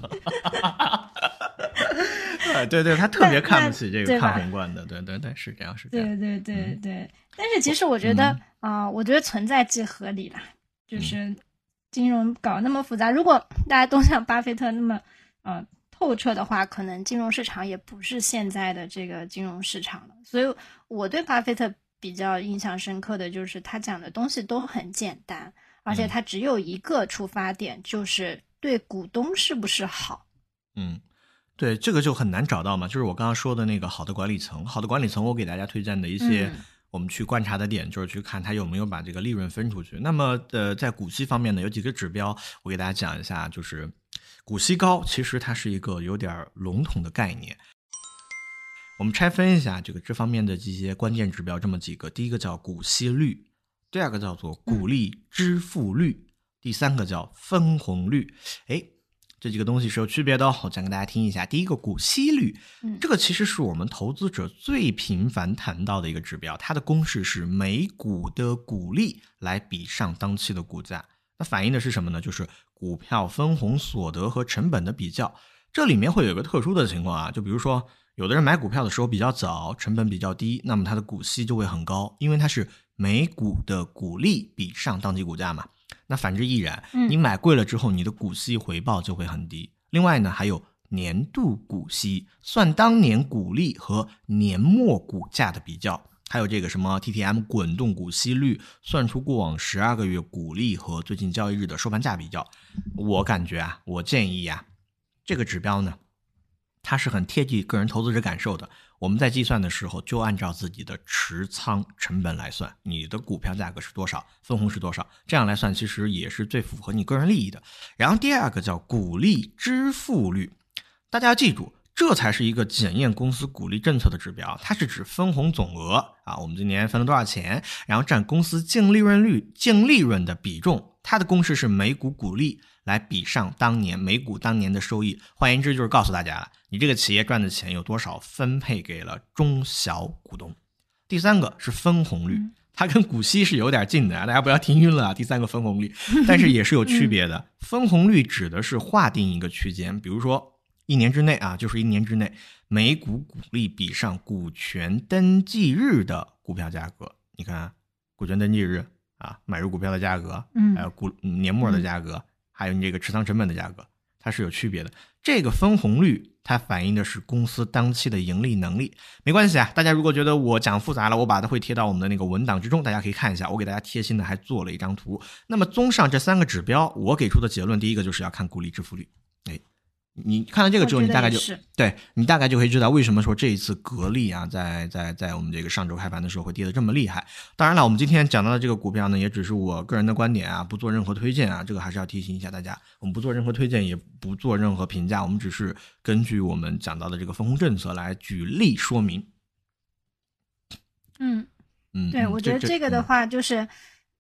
[SPEAKER 2] 对对，他特别看不起这个看宏观的，对对对，是这样是这样。
[SPEAKER 1] 对对对对，嗯、但是其实我觉得啊、嗯呃，我觉得存在即合理啦，就是金融搞那么复杂，如果大家都像巴菲特那么呃透彻的话，可能金融市场也不是现在的这个金融市场了。所以我对巴菲特比较印象深刻的就是他讲的东西都很简单，而且他只有一个出发点，就是对股东是不是好。
[SPEAKER 2] 嗯。对，这个就很难找到嘛，就是我刚刚说的那个好的管理层。好的管理层，我给大家推荐的一些我们去观察的点，嗯、就是去看他有没有把这个利润分出去。那么呃，在股息方面呢，有几个指标，我给大家讲一下。就是股息高，其实它是一个有点笼统的概念。我们拆分一下这个这方面的这些关键指标，这么几个：第一个叫股息率，第二个叫做股利支付率，嗯、第三个叫分红率。哎。这几个东西是有区别的哦，我讲给大家听一下。第一个股息率，这个其实是我们投资者最频繁谈到的一个指标，它的公式是每股的股利来比上当期的股价。那反映的是什么呢？就是股票分红所得和成本的比较。这里面会有一个特殊的情况啊，就比如说有的人买股票的时候比较早，成本比较低，那么它的股息就会很高，因为它是每股的股利比上当期股价嘛。那反之亦然，你买贵了之后，你的股息回报就会很低。另外呢，还有年度股息，算当年股利和年末股价的比较，还有这个什么 T T M 滚动股息率，算出过往十二个月股利和最近交易日的收盘价比较。我感觉啊，我建议啊，这个指标呢，它是很贴近个人投资者感受的。我们在计算的时候就按照自己的持仓成本来算，你的股票价格是多少，分红是多少，这样来算其实也是最符合你个人利益的。然后第二个叫股利支付率，大家要记住，这才是一个检验公司股利政策的指标，它是指分红总额啊，我们今年分了多少钱，然后占公司净利润率、净利润的比重，它的公式是每股股利来比上当年每股当年的收益。换言之，就是告诉大家了，你这个企业赚的钱有多少分配给了中小股东。第三个是分红率，它跟股息是有点近的，大家不要听晕了啊。第三个分红率，但是也是有区别的。分红率指的是划定一个区间，比如说一年之内啊，就是一年之内每股股利比上股权登记日的股票价格。你看股权登记日啊，买入股票的价格，还有股年末的价格，嗯、还有你这个持仓成本的价格，它是有区别的。这个分红率它反映的是公司当期的盈利能力。没关系啊，大家如果觉得我讲复杂了，我把它会贴到我们的那个文档之中，大家可以看一下，我给大家贴心的还做了一张图。那么综上这三个指标，我给出的结论，第一个就是要看股利支付率。哎，你看到这个之后，你大概就对你大概就可以知道为什么说这一次格力啊，在在在我们这个上周开盘的时候会跌得这么厉害。当然了，我们今天讲到的这个股票呢，也只是我个人的观点啊，不做任何推荐啊，这个还是要提醒一下大家，我们不做任何推荐，也不做任何评价，我们只是根据我们讲到的这个分红政策来举例说明。
[SPEAKER 1] 嗯嗯，对，我觉得这个的话就是。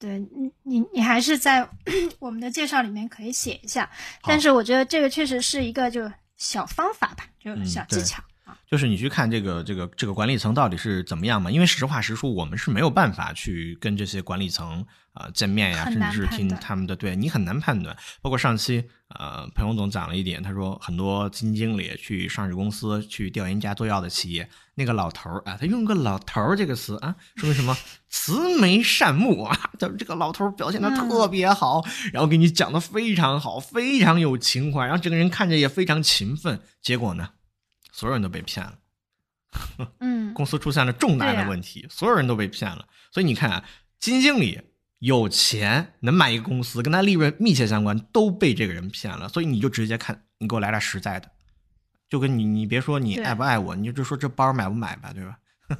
[SPEAKER 1] 对你你你还是在我们的介绍里面可以写一下，但是我觉得这个确实是一个就小方法吧，就小技巧。
[SPEAKER 2] 嗯，就是你去看这个这个这个管理层到底是怎么样嘛？因为实话实说，我们是没有办法去跟这些管理层啊、呃、见面呀，甚至是听他们的，对你很难判断。包括上期呃裴勇总讲了一点，他说很多基金经理去上市公司去调研一家做药的企业，那个老头啊，他用个老头这个词啊，说明什么？慈眉善目啊，这个老头表现的特别好，嗯、然后给你讲的非常好，非常有情怀，然后这个人看着也非常勤奋，结果呢？所有人都被骗了，
[SPEAKER 1] 嗯，
[SPEAKER 2] 公司出现了重大的问题，啊、所有人都被骗了。所以你看啊，基金经理有钱能买一个公司，跟他利润密切相关，都被这个人骗了。所以你就直接看，你给我来点实在的，就跟你你别说你爱不爱我，你就说这包买不买吧，对吧？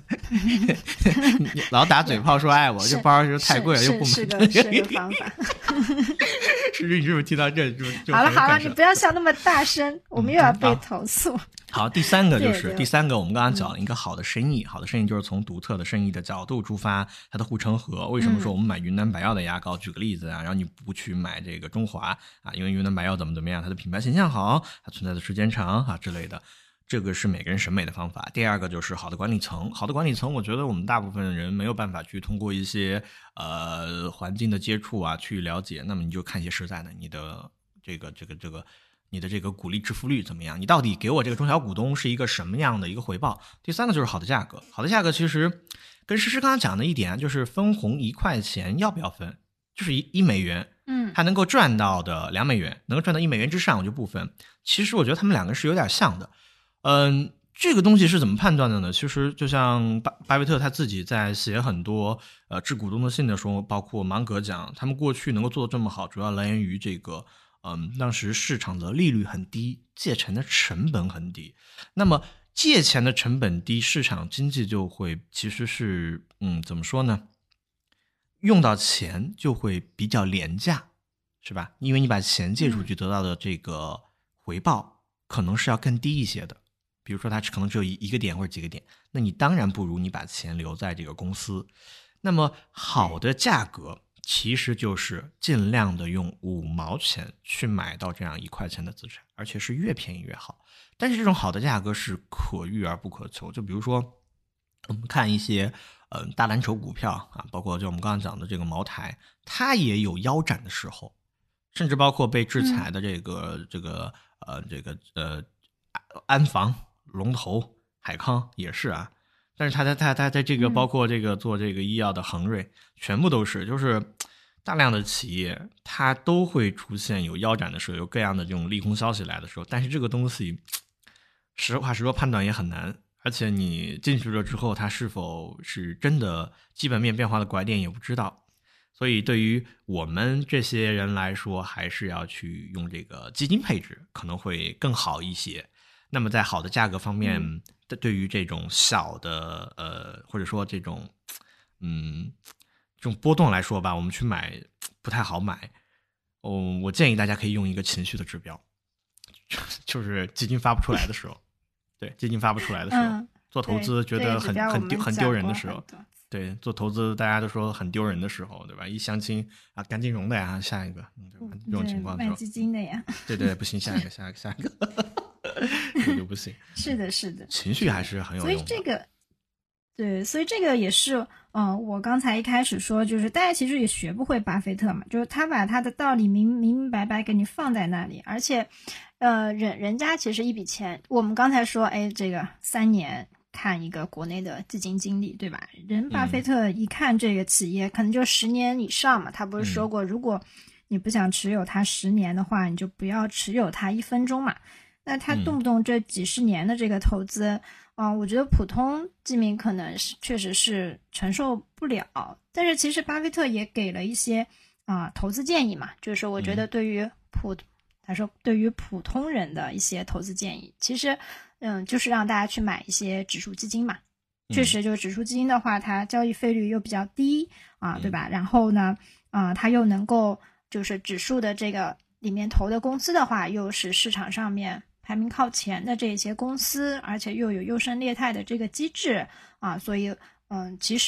[SPEAKER 2] 你老打嘴炮说爱我，这包就太贵了，又不买，
[SPEAKER 1] 是个是个方法。
[SPEAKER 2] 是你是不是听到这就就
[SPEAKER 1] 好了好了，你不要笑那么大声，我们又要被投诉。
[SPEAKER 2] 嗯、好，第三个就是第三个，我们刚刚讲了一个好的生意，嗯、好的生意就是从独特的生意的角度出发，它的护城河。为什么说我们买云南白药的牙膏？嗯、举个例子啊，然后你不去买这个中华啊，因为云南白药怎么怎么样，它的品牌形象好，它存在的时间长啊之类的。这个是每个人审美的方法。第二个就是好的管理层，好的管理层，我觉得我们大部分人没有办法去通过一些呃环境的接触啊去了解，那么你就看一些实在的，你的这个这个这个你的这个股利支付率怎么样？你到底给我这个中小股东是一个什么样的一个回报？第三个就是好的价格，好的价格其实跟诗诗刚刚讲的一点就是分红一块钱要不要分，就是一一美元。
[SPEAKER 1] 嗯，
[SPEAKER 2] 他能够赚到的两美元，能够赚到一美元之上我就不分。其实我觉得他们两个是有点像的。嗯，这个东西是怎么判断的呢？其实就像巴巴菲特他自己在写很多呃致股东的信的时候，包括芒格讲，他们过去能够做得这么好，主要来源于这个，嗯，当时市场的利率很低，借钱的成本很低。那么借钱的成本低，市场经济就会其实是，嗯，怎么说呢？用到钱就会比较廉价，是吧？因为你把钱借出去得到的这个回报可能是要更低一些的。比如说它可能只有一个点或者几个点，那你当然不如你把钱留在这个公司。那么好的价格其实就是尽量的用五毛钱去买到这样一块钱的资产，而且是越便宜越好。但是这种好的价格是可遇而不可求。就比如说我们看一些呃大蓝筹股票啊，包括就我们刚刚讲的这个茅台，它也有腰斩的时候，甚至包括被制裁的这个、嗯、这个呃这个呃安防。龙头海康也是啊，但是他在他他在这个包括这个做这个医药的恒瑞，嗯、全部都是就是大量的企业，它都会出现有腰斩的时候，有各样的这种利空消息来的时候，但是这个东西实话实说判断也很难，而且你进去了之后，它是否是真的基本面变化的拐点也不知道，所以对于我们这些人来说，还是要去用这个基金配置，可能会更好一些。那么在好的价格方面，嗯、对于这种小的呃或者说这种嗯这种波动来说吧，我们去买不太好买。哦，我建议大家可以用一个情绪的指标，就是基金发不出来的时候，对，基金发不出来的时候，嗯、做投资觉得很很丢很丢人的时候，对，做投资大家都说很丢人的时候，对吧？一相亲啊，干金融的呀，下一个，对吧？这种情况
[SPEAKER 1] 卖基金的呀，
[SPEAKER 2] 对对，不行，下一个，下一个，下一个。这个就不行。
[SPEAKER 1] 是的，是的，
[SPEAKER 2] 情绪还是很有用的。
[SPEAKER 1] 所以这个，对，所以这个也是，嗯，我刚才一开始说，就是大家其实也学不会巴菲特嘛，就是他把他的道理明明明白白给你放在那里，而且，呃，人人家其实一笔钱，我们刚才说，哎，这个三年看一个国内的基金经理，对吧？人巴菲特一看这个企业，嗯、可能就十年以上嘛，他不是说过，嗯、如果你不想持有它十年的话，你就不要持有它一分钟嘛。那他动不动这几十年的这个投资，嗯、呃，我觉得普通基民可能是确实是承受不了。但是其实巴菲特也给了一些啊、呃、投资建议嘛，就是说我觉得对于普，嗯、他说对于普通人的一些投资建议，其实嗯就是让大家去买一些指数基金嘛。确实，就是指数基金的话，它交易费率又比较低啊，对吧？然后呢，啊、呃，它又能够就是指数的这个里面投的公司的话，又是市场上面排名靠前的这些公司，而且又有优胜劣汰的这个机制啊，所以嗯，其实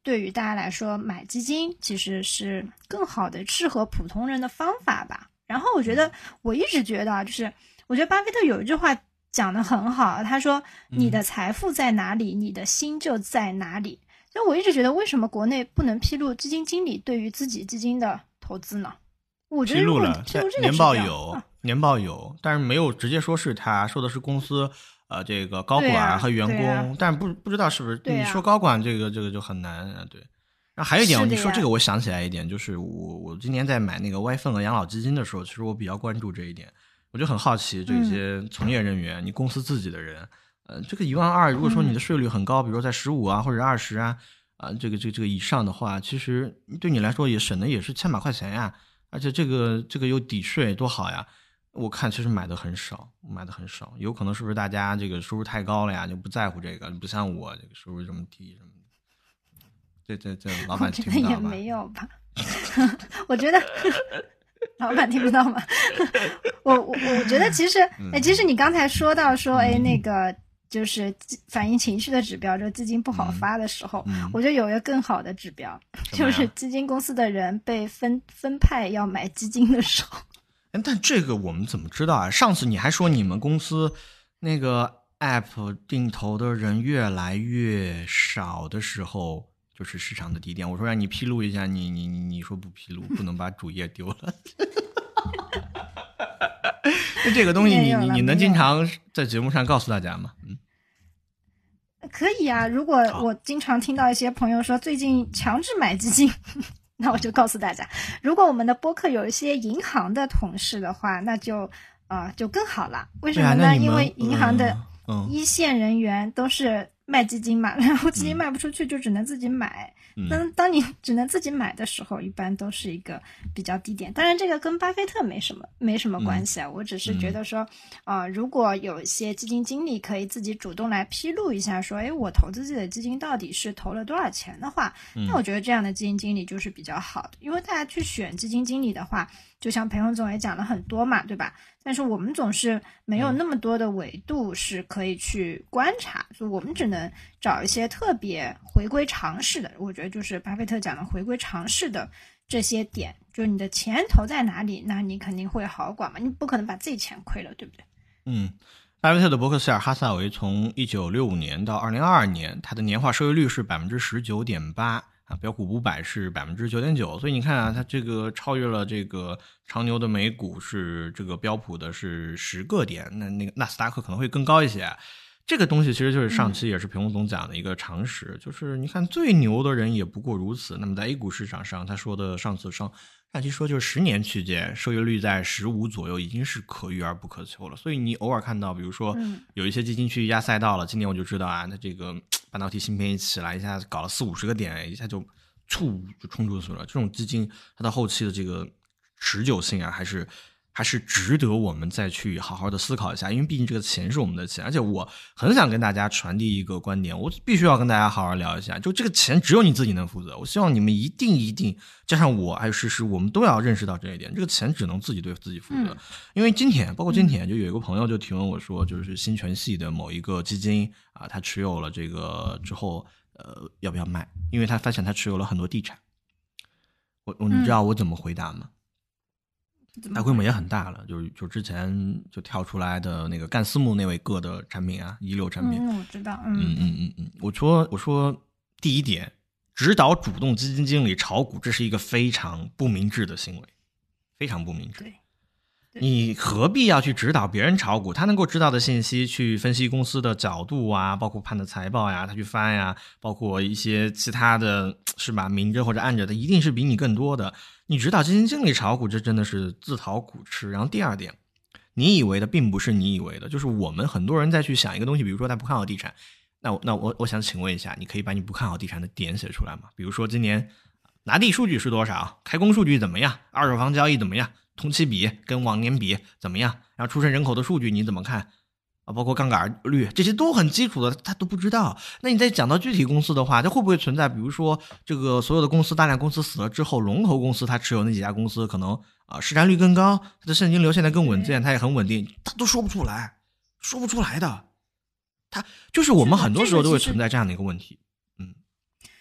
[SPEAKER 1] 对于大家来说，买基金其实是更好的适合普通人的方法吧。然后我觉得，我一直觉得啊，就是我觉得巴菲特有一句话讲得很好，他说：“你的财富在哪里，你的心就在哪里。”所以我一直觉得，为什么国内不能披露基金经理对于自己基金的投资呢？我觉得
[SPEAKER 2] 披露了，
[SPEAKER 1] 披露这个
[SPEAKER 2] 年报
[SPEAKER 1] 指标
[SPEAKER 2] 有，
[SPEAKER 1] 啊
[SPEAKER 2] 年报有，但是没有直接说是他，说的是公司呃这个高
[SPEAKER 1] 对啊
[SPEAKER 2] 管和员工，
[SPEAKER 1] 对啊
[SPEAKER 2] 但不不知道是不是、
[SPEAKER 1] 对啊
[SPEAKER 2] 你说高管这个这个就很难啊，对。然后还有一点，
[SPEAKER 1] 是的呀
[SPEAKER 2] 你说这个我想起来一点，就是我我今年在买那个 Y 份额养老基金的时候，其实我比较关注这一点，我就很好奇这些从业人员，嗯、你公司自己的人，呃，这个一万二，如果说你的税率很高，嗯、比如说在十五啊或者二十啊。啊，这个这个这个以上的话，其实对你来说也省的也是千把块钱呀，而且这个这个有抵税，多好呀！我看其实买的很少，买的很少，有可能是不是大家这个收入太高了呀，就不在乎这个，不像我这个收入这么低什么的。这这这老板听不到吧？
[SPEAKER 1] 我觉得也没有吧，我觉得老板听不到吗？我我我觉得其实，哎，其实你刚才说到说，哎，那个。就是反映情绪的指标，就基金不好发的时候，嗯、我觉得有一个更好的指标，就是基金公司的人被分分派要买基金的时候。
[SPEAKER 2] 但这个我们怎么知道啊？上次你还说你们公司那个 app 定投的人越来越少的时候，就是市场的低点。我说让你披露一下，你你你你说不披露，不能把主页丢了。那这个东西你你你能经常在节目上告诉大家吗？嗯。
[SPEAKER 1] 可以啊，如果我经常听到一些朋友说最近强制买基金，那我就告诉大家，如果我们的播客有一些银行的同事的话，那就啊、呃、就更好了。为什么呢？因为银行的一线人员都是卖基金嘛，嗯、然后基金卖不出去就只能自己买。那、嗯、当你只能自己买的时候，一般都是一个比较低点。当然，这个跟巴菲特没什么没什么关系啊。嗯、我只是觉得说，啊、呃，如果有一些基金经理可以自己主动来披露一下，说，哎，我投资自己的基金到底是投了多少钱的话，嗯、那我觉得这样的基金经理就是比较好的。因为大家去选基金经理的话，就像裴洪总也讲了很多嘛，对吧？但是我们总是没有那么多的维度是可以去观察，嗯、所以我们只能找一些特别回归常识的。我觉得就是巴菲特讲的回归常识的这些点，就是你的钱投在哪里，那你肯定会好管嘛，你不可能把自己钱亏了，对不对？
[SPEAKER 2] 嗯，巴菲特的伯克希尔哈撒韦从一九六五年到二零二二年，他的年化收益率是百分之十九点八。啊，标普五百是百分之九点九，所以你看啊，它这个超越了这个长牛的美股，是这个标普的是十个点，那那个纳斯达克可能会更高一些。这个东西其实就是上期也是裴洪总讲的一个常识，嗯、就是你看最牛的人也不过如此。那么在 A 股市场上，他说的上次上上期说就是十年区间收益率在十五左右，已经是可遇而不可求了。所以你偶尔看到，比如说有一些基金去压赛道了，今年我就知道啊，那这个半导体芯片一起来，一下搞了四五十个点，一下就触就冲出去了。这种基金它到后期的这个持久性啊，还是还是值得我们再去好好的思考一下，因为毕竟这个钱是我们的钱，而且我很想跟大家传递一个观点，我必须要跟大家好好聊一下，就这个钱只有你自己能负责，我希望你们一定一定加上我还有诗诗，我们都要认识到这一点，这个钱只能自己对自己负责。嗯、因为今天包括今天就有一个朋友就提问我说，就是新权系的某一个基金啊，他持有了这个之后呃要不要卖，因为他发现他持有了很多地产。我我你知道我怎么回答吗？嗯大规模也很大了，就是就之前就跳出来的那个干私募那位个的产品啊，一流产品。
[SPEAKER 1] 嗯，我知道。嗯
[SPEAKER 2] 嗯嗯嗯嗯，我说我说第一点，指导主动基金经理炒股，这是一个非常不明智的行为，非常不明智。
[SPEAKER 1] 对。
[SPEAKER 2] 你何必要去指导别人炒股？他能够知道的信息，去分析公司的角度啊，包括判的财报呀，他去翻呀，包括一些其他的，是吧？明着或者暗着，他一定是比你更多的。你指导基金经理炒股，这真的是自讨苦吃。然后第二点，你以为的并不是你以为的，就是我们很多人在去想一个东西，比如说他不看好地产，那我那我我想请问一下，你可以把你不看好地产的点写出来吗？比如说今年拿地数据是多少，开工数据怎么样，二手房交易怎么样，同期比跟往年比怎么样，然后出生人口的数据你怎么看啊？包括杠杆率，这些都很基础的，他都不知道。那你再讲到具体公司的话，它会不会存在，比如说这个所有的公司大量公司死了之后，龙头公司它持有那几家公司可能啊、呃、市占率更高，它的现金流现在更稳健，它也很稳定，他都说不出来，说不出来的。他就是我们很多时候都会存在这样的一个问题。嗯，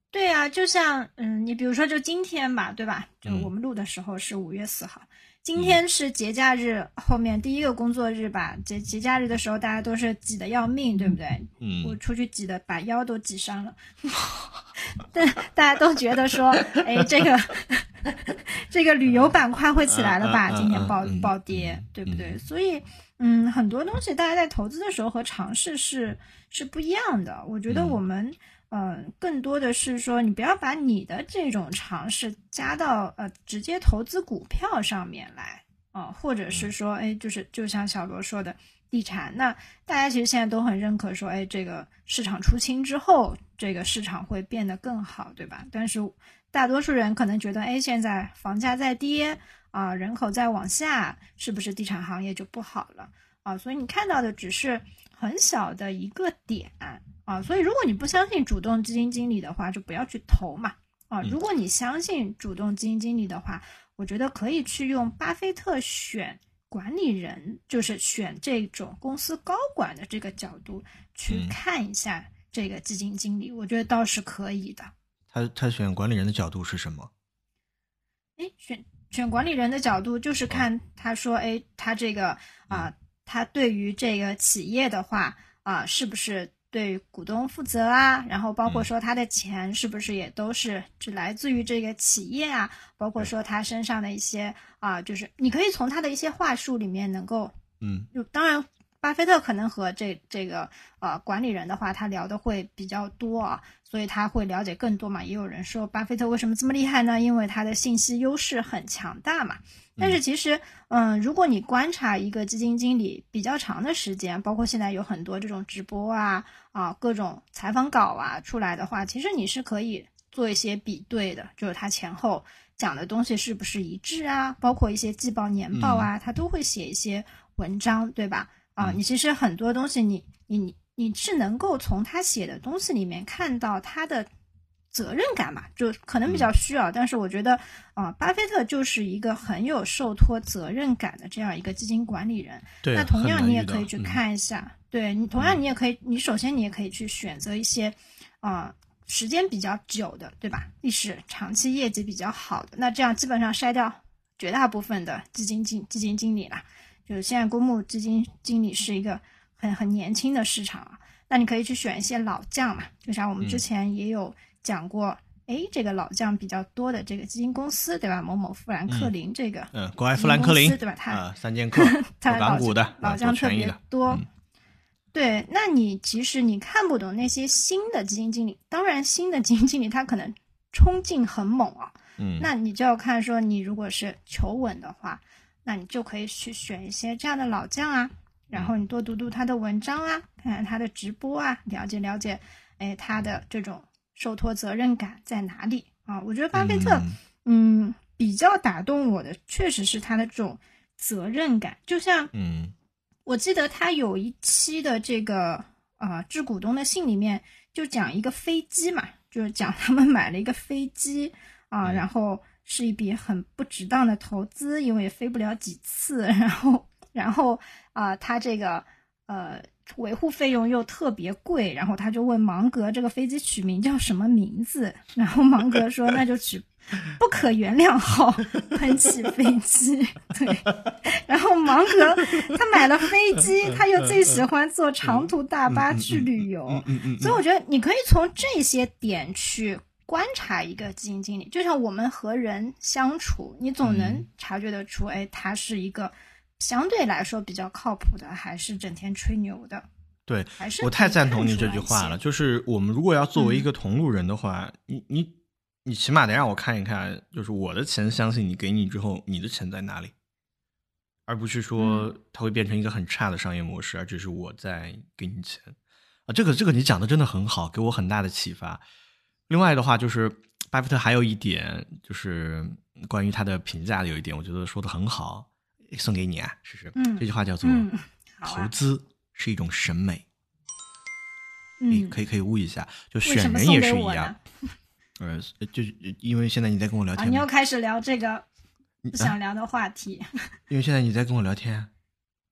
[SPEAKER 1] 对啊，就像嗯，你比如说就今天吧，对吧？就
[SPEAKER 2] 嗯
[SPEAKER 1] 我们录的时候是五月四号，今天是节假日后面第一个工作日吧。节节假日的时候，大家都是挤得要命，对不对？
[SPEAKER 2] 嗯，
[SPEAKER 1] 我出去挤的把腰都挤伤了，但大家都觉得说，哎，这个这个旅游板块会起来了吧？
[SPEAKER 2] 嗯嗯嗯
[SPEAKER 1] 今天暴
[SPEAKER 2] 嗯嗯
[SPEAKER 1] 暴跌，
[SPEAKER 2] 嗯
[SPEAKER 1] 对不对？
[SPEAKER 2] 嗯
[SPEAKER 1] 所以，嗯，很多东西大家在投资的时候和尝试是是不一样的。我觉得
[SPEAKER 2] 嗯
[SPEAKER 1] 我们。嗯、呃，更多的是说，你不要把你的这种尝试加到呃直接投资股票上面来啊、呃，或者是说，哎，就是就像小罗说的，地产，那大家其实现在都很认可说，哎，这个市场出清之后，这个市场会变得更好，对吧？但是大多数人可能觉得，哎，现在房价在跌啊、呃，人口在往下，是不是地产行业就不好了啊？所以你看到的只是很小的一个点。啊，所以如果你不相信主动基金经理的话，就不要去投嘛。啊，如果你相信主动基金经理的话，我觉得可以去用巴菲特选管理人，就是选这种公司高管的这个角度去看一下这个基金经理，嗯、我觉得倒是可以的。
[SPEAKER 2] 他他选管理人的角度是什么？
[SPEAKER 1] 哎，选选管理人的角度就是看他说，哎，他这个啊、呃，他对于这个企业的话啊、呃，是不是？对股东负责啊，然后包括说他的钱是不是也都是只来自于这个企业啊，包括说他身上的一些啊、呃，就是你可以从他的一些话术里面能够，
[SPEAKER 2] 嗯，
[SPEAKER 1] 就当然巴菲特可能和这这个呃管理人的话，他聊的会比较多啊，所以他会了解更多嘛。也有人说巴菲特为什么这么厉害呢？因为他的信息优势很强大嘛。但是其实，嗯，如果你观察一个基金经理比较长的时间，包括现在有很多这种直播啊啊各种采访稿啊出来的话，其实你是可以做一些比对的，就是他前后讲的东西是不是一致啊，包括一些季报年报啊，他都会写一些文章，对吧？啊，你其实很多东西你你你你是能够从他写的东西里面看到他的责任感嘛，就可能比较虚啊，嗯、但是我觉得啊、呃，巴菲特就是一个很有受托责任感的这样一个基金管理人。
[SPEAKER 2] 对，
[SPEAKER 1] 那同样你也可以去看一下，
[SPEAKER 2] 嗯、
[SPEAKER 1] 对你同样你也可以，你首先你也可以去选择一些啊、呃、时间比较久的，对吧？历史长期业绩比较好的，那这样基本上筛掉绝大部分的基金经基金经理啦。就是现在公募基金经理是一个很很年轻的市场啊，那你可以去选一些老将嘛，就像我们之前也有讲过，哎、嗯，这个老将比较多的这个基金公司，对吧？某某富兰克林这个，
[SPEAKER 2] 嗯，国外富兰克林，
[SPEAKER 1] 对吧？它、
[SPEAKER 2] 呃、三剑客，
[SPEAKER 1] 它
[SPEAKER 2] 港股的
[SPEAKER 1] 老将特别多。
[SPEAKER 2] 嗯、
[SPEAKER 1] 对，那你其实你看不懂那些新的基金经理，当然新的基金经理他可能冲劲很猛啊，
[SPEAKER 2] 嗯，
[SPEAKER 1] 那你就要看说你如果是求稳的话。那你就可以去选一些这样的老将啊，然后你多读读他的文章啊，看看他的直播啊，了解了解，哎，他的这种受托责任感在哪里啊？我觉得巴菲特，嗯，嗯比较打动我的，确实是他的这种责任感。就像，
[SPEAKER 2] 嗯，
[SPEAKER 1] 我记得他有一期的这个啊、呃、致股东的信里面就讲一个飞机嘛，就是讲他们买了一个飞机啊、呃，然后。是一笔很不值当的投资，因为也飞不了几次，然后，然后啊、呃，他这个呃维护费用又特别贵，然后他就问芒格这个飞机取名叫什么名字，然后芒格说那就取不可原谅号喷气飞机，对，然后芒格他买了飞机，他又最喜欢坐长途大巴去旅游，所以我觉得你可以从这些点去。观察一个基金经理，就像我们和人相处，你总能察觉得出，哎、嗯，他是一个相对来说比较靠谱的，还是整天吹牛的？
[SPEAKER 2] 对，
[SPEAKER 1] 还是
[SPEAKER 2] 我太赞同你这句话了。就是我们如果要作为一个同路人的话，嗯、你你你起码得让我看一看，就是我的钱相信你给你之后，你的钱在哪里，而不是说它会变成一个很差的商业模式，而只是我在给你钱啊。这个这个你讲的真的很好，给我很大的启发。另外的话，就是巴菲特还有一点，就是关于他的评价的有一点，我觉得说的很好，送给你啊，试试。
[SPEAKER 1] 嗯，
[SPEAKER 2] 这句话叫做、
[SPEAKER 1] 嗯啊、
[SPEAKER 2] 投资是一种审美。
[SPEAKER 1] 嗯，
[SPEAKER 2] 可以可以悟一下，就选人也是一样。呃，就因为现在你在跟我聊天、
[SPEAKER 1] 啊，你又开始聊这个不想聊的话题。
[SPEAKER 2] 啊、因为现在你在跟我聊天。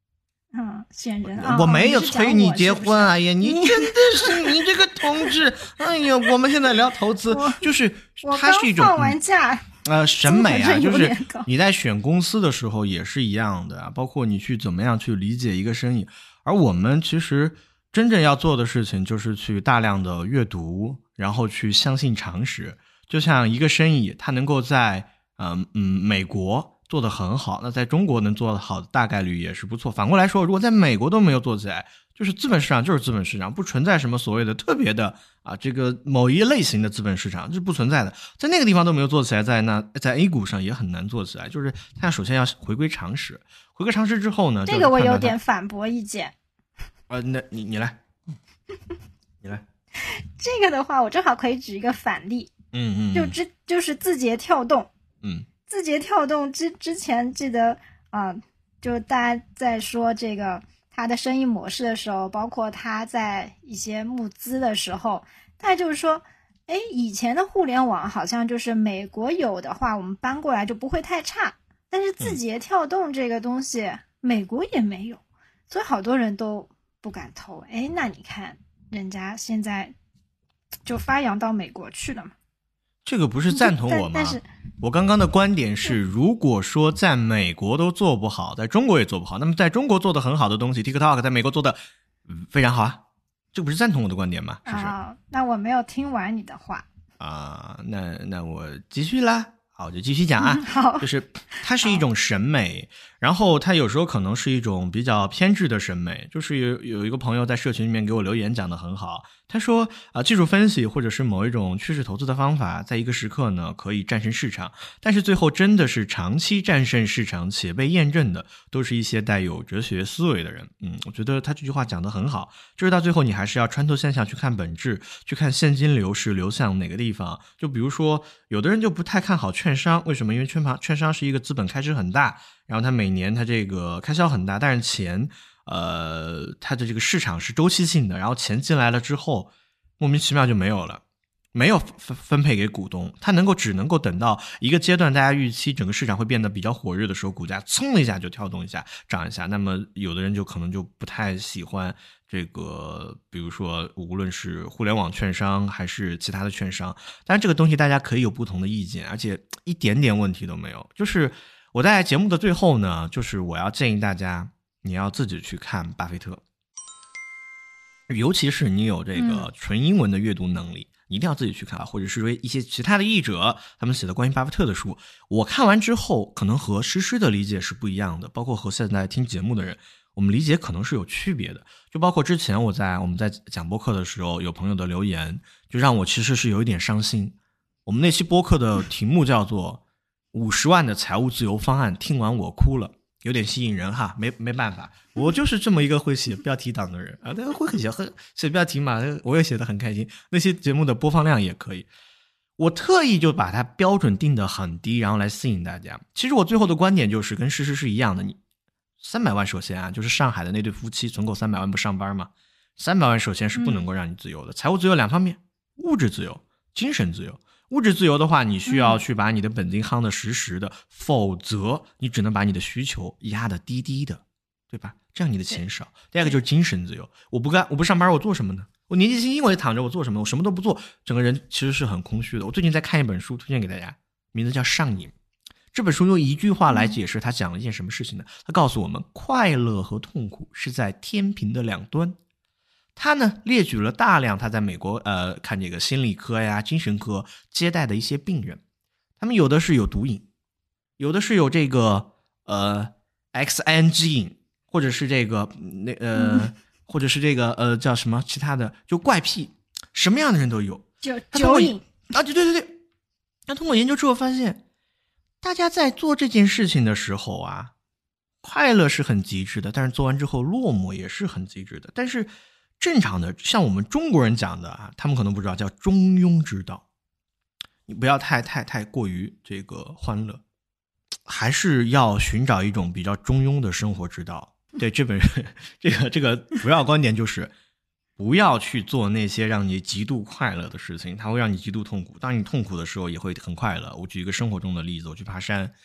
[SPEAKER 1] 嗯，选人啊，
[SPEAKER 2] 我没有催你结婚，
[SPEAKER 1] 哦、
[SPEAKER 2] 哎呀，你真的是你这个同志，哎呀，我们现在聊投资，就是它是一种
[SPEAKER 1] 放完假、
[SPEAKER 2] 嗯、呃审美啊，就是你在选公司的时候也是一样的，包括你去怎么样去理解一个生意，而我们其实真正要做的事情就是去大量的阅读，然后去相信常识。就像一个生意，它能够在嗯嗯美国做得很好，那在中国能做得好的大概率也是不错。反过来说，如果在美国都没有做起来，就是资本市场就是资本市场，不存在什么所谓的特别的啊这个某一类型的资本市场，这是不存在的。在那个地方都没有做起来，在那在 A 股上也很难做起来。就是它首先要回归常识，回归常识之后呢，
[SPEAKER 1] 这个我有点反驳意见。
[SPEAKER 2] 呃，那你你来，你来。
[SPEAKER 1] 这个的话，我正好可以举一个反例。
[SPEAKER 2] 嗯嗯，
[SPEAKER 1] 就之就是字节跳动，
[SPEAKER 2] 嗯，
[SPEAKER 1] 字节跳动之之前记得啊、呃，就大家在说这个它的生意模式的时候，包括它在一些募资的时候，大家就是说，哎，以前的互联网好像就是美国有的话，我们搬过来就不会太差，但是字节跳动这个东西，嗯、美国也没有，所以好多人都不敢投。哎，那你看人家现在就发扬到美国去了嘛。
[SPEAKER 2] 这个不是赞同我吗？
[SPEAKER 1] 但是
[SPEAKER 2] 我刚刚的观点是，如果说在美国都做不好，在中国也做不好，那么在中国做的很好的东西 TikTok 在美国做的非常好啊，这不是赞同我的观点吗？是不是？
[SPEAKER 1] 啊，那我没有听完你的话
[SPEAKER 2] 啊，那那我继续啦。好，我就继续讲啊，
[SPEAKER 1] 嗯、好，
[SPEAKER 2] 就是它是一种审美，然后它有时候可能是一种比较偏执的审美。就是有有一个朋友在社群里面给我留言讲得很好，他说啊、呃，技术分析或者是某一种趋势投资的方法，在一个时刻呢可以战胜市场，但是最后真的是长期战胜市场且被验证的，都是一些带有哲学思维的人。嗯，我觉得他这句话讲得很好，就是到最后你还是要穿透现象去看本质，去看现金流是流向哪个地方。就比如说，有的人就不太看好券商，为什么？因为券商券商是一个资本开支很大，然后它每年它这个开销很大，但是钱呃，它的这个市场是周期性的，然后钱进来了之后莫名其妙就没有了，没有分分配给股东，它能够只能够等到一个阶段大家预期整个市场会变得比较火热的时候，股价噌一下就跳动一下涨一下，那么有的人就可能就不太喜欢这个，比如说无论是互联网券商还是其他的券商，当然这个东西大家可以有不同的意见，而且一点点问题都没有。就是我在节目的最后呢，就是我要建议大家你要自己去看巴菲特，尤其是你有这个纯英文的阅读能力、嗯、你一定要自己去看，或者是说一些其他的译者他们写的关于巴菲特的书，我看完之后可能和诗诗的理解是不一样的，包括和现在听节目的人我们理解可能是有区别的。就包括之前我在我们在讲播客的时候，有朋友的留言就让我其实是有一点伤心。我们那期播客的题目叫做五十万的财务自由方案，听完我哭了，有点吸引人哈，没没办法，我就是这么一个会写标题党的人啊，会很写很写标题嘛，我也写得很开心，那些节目的播放量也可以。我特意就把它标准定得很低，然后来吸引大家。其实我最后的观点就是跟事实是一样的，你三百万首先啊，就是上海的那对夫妻存够三百万不上班嘛，三百万首先是不能够让你自由的、嗯、财务自由两方面，物质自由精神自由。物质自由的话，你需要去把你的本金夯得实实的、嗯、否则你只能把你的需求压得低低的，对吧？这样你的钱少。第二个就是精神自由，我不干我不上班我做什么呢？我年纪轻轻我也躺着，我做什么？我什么都不做，整个人其实是很空虚的。我最近在看一本书，推荐给大家，名字叫《上瘾》。这本书用一句话来解释他讲了一件什么事情呢？他告诉我们，快乐和痛苦是在天平的两端。他呢列举了大量他在美国呃看这个心理科呀、精神科接待的一些病人，他们有的是有毒瘾，有的是有这个呃 X I N G 瘾，或者是这个那呃、嗯、或者是这个呃叫什么其他的，就怪癖，什么样的人都有。
[SPEAKER 1] 酒酒瘾
[SPEAKER 2] 啊，对对对对。那通过研究之后发现，大家在做这件事情的时候啊，快乐是很极致的，但是做完之后落寞也是很极致的。但是正常的，像我们中国人讲的啊，他们可能不知道叫中庸之道，你不要太太太过于这个欢乐，还是要寻找一种比较中庸的生活之道。对，这本这个这个主要观点就是不要去做那些让你极度快乐的事情，它会让你极度痛苦。当你痛苦的时候也会很快乐。我举一个生活中的例子，我去爬山，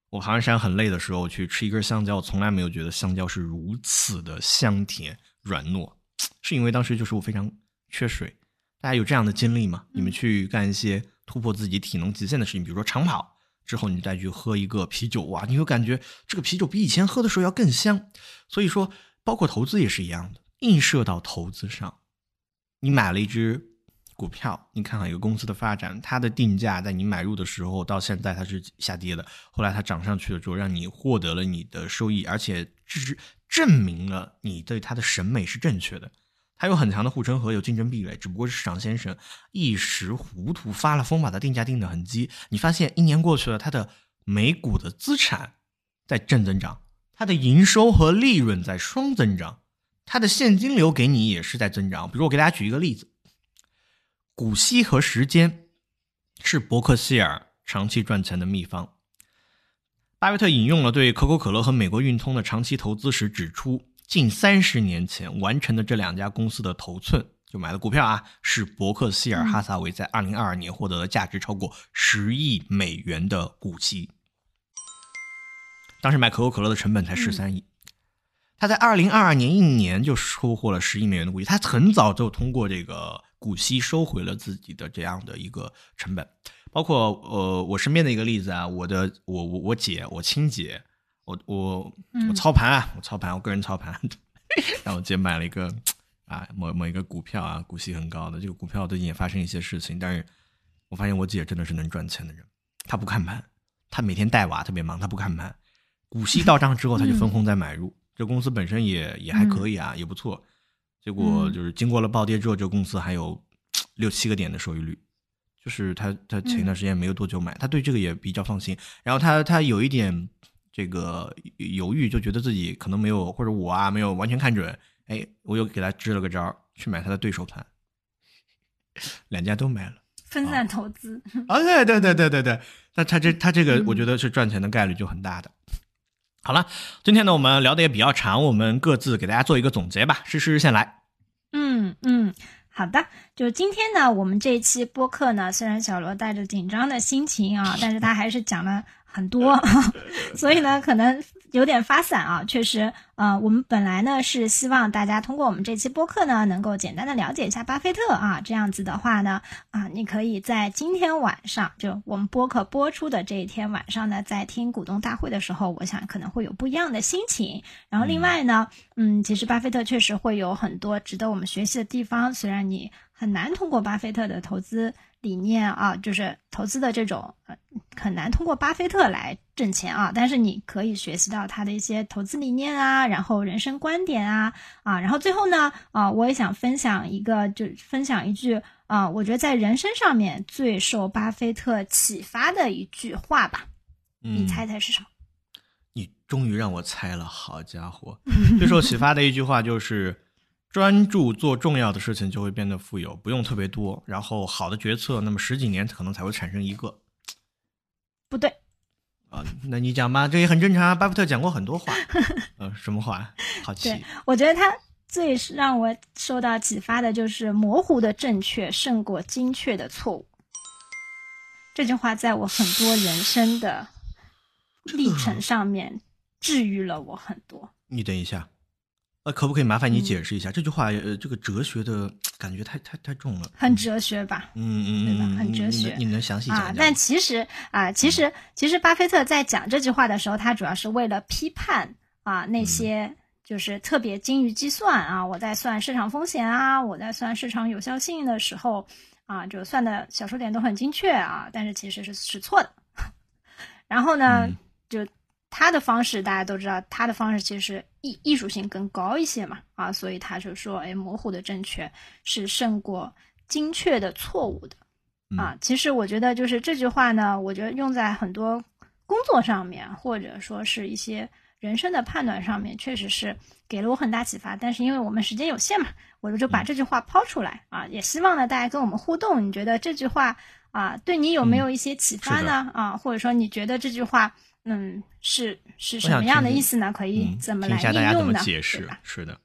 [SPEAKER 2] 我爬完山很累的时候去吃一根香蕉，我从来没有觉得香蕉是如此的香甜软糯，是因为当时就是我非常缺水。大家有这样的经历吗？你们去干一些突破自己体能极限的事情，比如说长跑之后你再去喝一个啤酒，哇，你会感觉这个啤酒比以前喝的时候要更香。所以说包括投资也是一样的，映射到投资上，你买了一只股票，你看看一个公司的发展，它的定价在你买入的时候到现在它是下跌的，后来它涨上去了之后让你获得了你的收益，而且是证明了你对它的审美是正确的。它有很强的护城河，有竞争壁垒，只不过是市场先生一时糊涂发了疯，把它定价定得很低。你发现一年过去了，它的每股的资产在正增长，它的营收和利润在双增长，它的现金流给你也是在增长。比如我给大家举一个例子，股息和时间是伯克希尔长期赚钱的秘方。巴菲特引用了对可口可乐和美国运通的长期投资时指出，近三十年前完成的这两家公司的头寸，就买的股票啊，是伯克希尔哈撒韦在二零二二年获得了价值超过十亿美元的股息。当时买可口可乐的成本才十三亿，他在二零二二年一年就收获了十亿美元的股息，他很早就通过这个股息收回了自己的这样的一个成本。包括呃我身边的一个例子啊，我的我我我姐，我亲姐，我我我操盘啊，我操盘，我个人操盘，然后我姐买了一个啊某某一个股票啊，股息很高的，这个股票最近也发生一些事情，但是我发现我姐真的是能赚钱的人，她不看盘，她每天带娃特别忙，她不看盘，股息到账之后她就分红再买入，这公司本身也也还可以啊，也不错，结果就是经过了暴跌之后，这个公司还有六七个点的收益率。就是他他前一段时间没有多久买，他对这个也比较放心。然后他他有一点这个犹豫，就觉得自己可能没有，或者我啊没有完全看准，哎，我又给他支了个招，去买他的对手盘，两家都买了，
[SPEAKER 1] 分散投资。
[SPEAKER 2] 啊，对对对对对对，那他这他这个我觉得是赚钱的概率就很大的。好了，今天呢我们聊的也比较长，我们各自给大家做一个总结吧。诗诗先来。
[SPEAKER 1] 嗯嗯。好的，就今天呢，我们这一期播客呢，虽然小罗带着紧张的心情啊，但是他还是讲了很多，所以呢，可能有点发散啊。确实，呃，我们本来呢是希望大家通过我们这期播客呢，能够简单的了解一下巴菲特啊，这样子的话呢，啊，你可以在今天晚上，就我们播客播出的这一天晚上呢，在听股东大会的时候，我想可能会有不一样的心情。然后另外呢，嗯，其实巴菲特确实会有很多值得我们学习的地方，虽然你很难通过巴菲特的投资理念啊，就是投资的这种呃，很难通过巴菲特来挣钱啊，但是你可以学习到他的一些投资理念啊，然后人生观点啊啊，然后最后呢啊，我也想分享一个，就分享一句啊，我觉得在人生上面最受巴菲特启发的一句话吧，嗯、你猜猜是什么？
[SPEAKER 2] 你终于让我猜了，好家伙！最受启发的一句话就是专注做重要的事情就会变得富有，不用特别多，然后好的决策那么十几年可能才会产生一个。
[SPEAKER 1] 不对
[SPEAKER 2] 啊，那你讲吧，这也很正常啊。巴菲特讲过很多话，呃，什么话？好奇。
[SPEAKER 1] 对，我觉得他最让我受到启发的就是模糊的正确胜过精确的错误。这句话在我很多人生的历程上面治愈了我很多。
[SPEAKER 2] 你等一下，呃，可不可以麻烦你解释一下、嗯、这句话？呃，这个哲学的感觉太太太重了，
[SPEAKER 1] 很哲学吧？
[SPEAKER 2] 嗯嗯
[SPEAKER 1] 对吧？很哲学。
[SPEAKER 2] 你能, 你能详细讲讲？
[SPEAKER 1] 啊，但其实啊，其实、嗯、其实巴菲特在讲这句话的时候，他主要是为了批判啊那些就是特别精于计算啊，我在算市场风险啊，我在算市场有效性的时候啊，就算的小数点都很精确啊，但是其实是是错的。然后呢？嗯就他的方式大家都知道，他的方式其实艺艺术性更高一些嘛，啊，所以他就说，哎，模糊的正确是胜过精确的错误的，啊，其实我觉得就是这句话呢，我觉得用在很多工作上面，或者说是一些人生的判断上面，确实是给了我很大启发。但是因为我们时间有限嘛，我就把这句话抛出来啊，也希望呢大家跟我们互动，你觉得这句话啊对你有没有一些启发呢？嗯、啊，或者说你觉得这句话？嗯，是是什么样的意思呢？可以怎么来应用呢？
[SPEAKER 2] 听一下大家怎么解释？是的，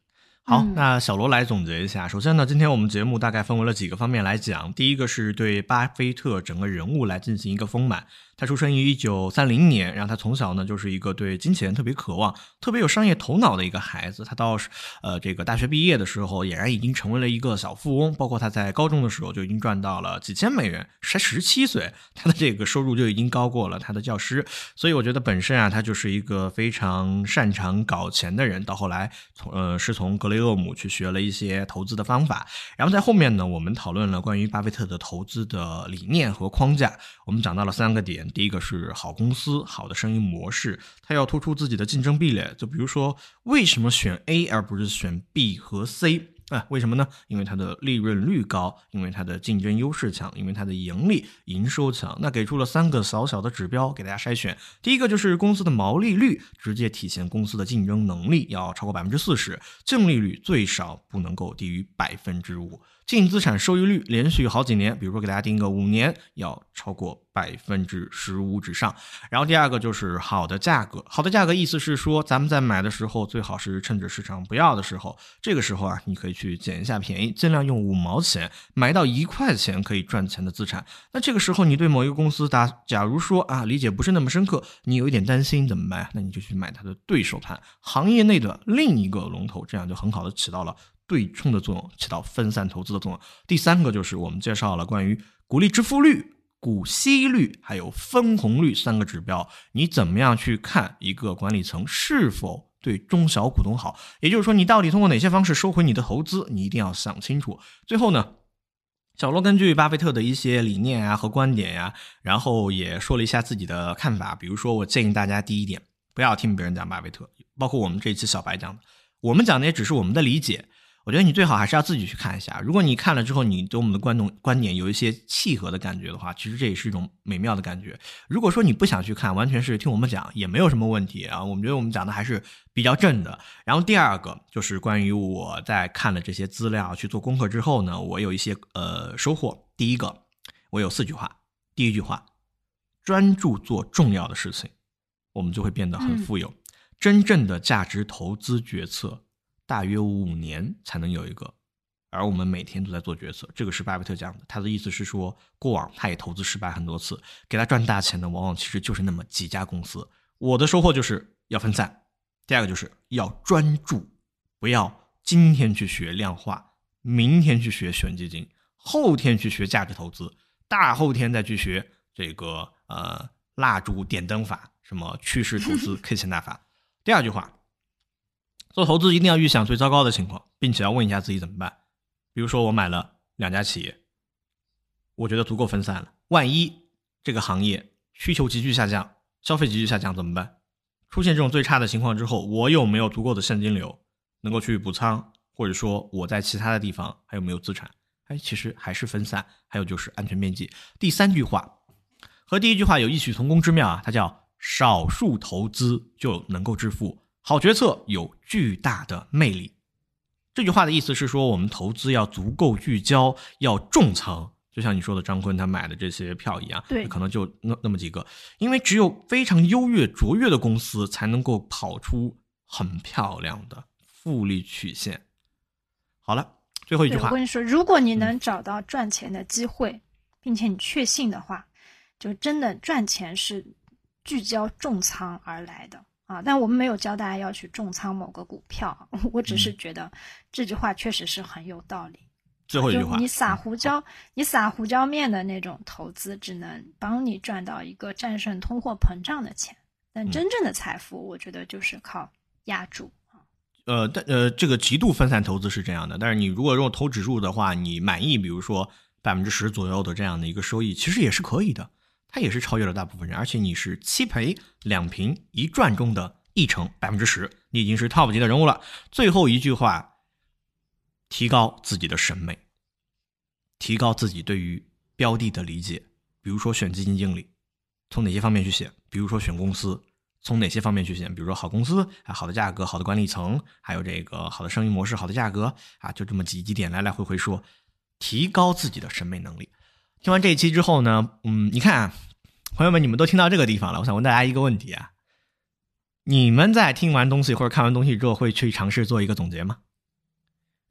[SPEAKER 2] 好，
[SPEAKER 1] 嗯
[SPEAKER 2] 那小罗来总结一下。首先呢，今天我们节目大概分为了几个方面来讲。第一个是对巴菲特整个人物来进行一个丰满。他出生于一九三零年，然后他从小呢就是一个对金钱特别渴望、特别有商业头脑的一个孩子。他到呃这个大学毕业的时候，俨然已经成为了一个小富翁。包括他在高中的时候就已经赚到了几千美元，才十七岁，他的这个收入就已经高过了他的教师。所以我觉得本身啊，他就是一个非常擅长搞钱的人。到后来从呃是从格雷厄姆去学了一些投资的方法。然后在后面呢，我们讨论了关于巴菲特的投资的理念和框架。我们讲到了三个点。第一个是好公司、好的生意模式，他要突出自己的竞争壁垒。就比如说，为什么选 A 而不是选 B 和 C？啊，为什么呢？因为它的利润率高，因为它的竞争优势强，因为它的盈利营收强。那给出了三个小小的指标给大家筛选。第一个就是公司的毛利率，直接体现公司的竞争能力，要超过 百分之四十， 净利率最少不能够低于 百分之五， 净资产收益率连续好几年，比如说给大家定个五年，要超过 百分之十五 之上。然后第二个就是好的价格。好的价格意思是说，咱们在买的时候最好是趁着市场不要的时候，这个时候啊，你可以去捡一下便宜，尽量用五毛钱买到一块钱可以赚钱的资产。那这个时候你对某一个公司打假如说啊理解不是那么深刻，你有一点担心怎么办？那你就去买它的对手盘，行业内的另一个龙头，这样就很好的起到了对冲的作用，起到分散投资的作用。第三个就是我们介绍了关于股利支付率、股息率还有分红率三个指标，你怎么样去看一个管理层是否对中小股东好，也就是说你到底通过哪些方式收回你的投资，你一定要想清楚。最后呢，小罗根据巴菲特的一些理念啊和观点呀、啊，然后也说了一下自己的看法。比如说我建议大家第一点，不要听别人讲巴菲特，包括我们这一期小白讲的，我们讲的也只是我们的理解。我觉得你最好还是要自己去看一下，如果你看了之后你对我们的观众观点有一些契合的感觉的话，其实这也是一种美妙的感觉。如果说你不想去看，完全是听我们讲也没有什么问题啊，我们觉得我们讲的还是比较正的。然后第二个就是关于我在看了这些资料去做功课之后呢，我有一些呃收获。第一个，我有四句话。第一句话，专注做重要的事情，我们就会变得很富有。嗯、真正的价值投资决策大约五年才能有一个，而我们每天都在做决策。这个是巴菲特讲的，他的意思是说，过往他也投资失败很多次，给他赚大钱的往往其实就是那么几家公司。我的收获就是要分散，第二个就是要专注，不要今天去学量化，明天去学选基金，后天去学价值投资，大后天再去学这个呃蜡烛点灯法，什么趋势投资 K 线大法。第二句话，做投资一定要预想最糟糕的情况，并且要问一下自己怎么办。比如说我买了两家企业，我觉得足够分散了，万一这个行业需求急剧下降，消费急剧下降怎么办？出现这种最差的情况之后，我有没有足够的现金流能够去补仓，或者说我在其他的地方还有没有资产？哎，其实还是分散，还有就是安全边际。第三句话和第一句话有异曲同工之妙啊，它叫少数投资就能够致富，好决策有巨大的魅力。这句话的意思是说，我们投资要足够聚焦，要重仓，就像你说的张坤他买的这些票一样，
[SPEAKER 1] 对，
[SPEAKER 2] 可能就那那么几个，因为只有非常优越卓越的公司才能够跑出很漂亮的复利曲线。好了，最后一句话，
[SPEAKER 1] 我跟你说，如果你能找到赚钱的机会、嗯、并且你确信的话，就真的赚钱是聚焦重仓而来的啊，但我们没有教大家要去重仓某个股票，我只是觉得这句话确实是很有道理。
[SPEAKER 2] 最后一句话，
[SPEAKER 1] 你撒胡椒，你撒胡椒面的那种投资，只能帮你赚到一个战胜通货膨胀的钱，但真正的财富，我觉得就是靠压住。
[SPEAKER 2] 呃，但呃，这个极度分散投资是这样的，但是你如果用投指数的话，你满意，比如说百分之十左右的这样的一个收益，其实也是可以的。它也是超越了大部分人，而且你是七赔两平一赚中的一成百分之十，你已经是 top 级的人物了。最后一句话，提高自己的审美，提高自己对于标的的理解。比如说选基金经理，从哪些方面去选？比如说选公司，从哪些方面去选？比如说好公司、好的价格、好的管理层，还有这个好的生意模式、好的价格啊，就这么几几点来来回回说，提高自己的审美能力。听完这一期之后呢，嗯，你看啊，朋友们，你们都听到这个地方了，我想问大家一个问题啊，你们在听完东西或者看完东西之后会去尝试做一个总结吗？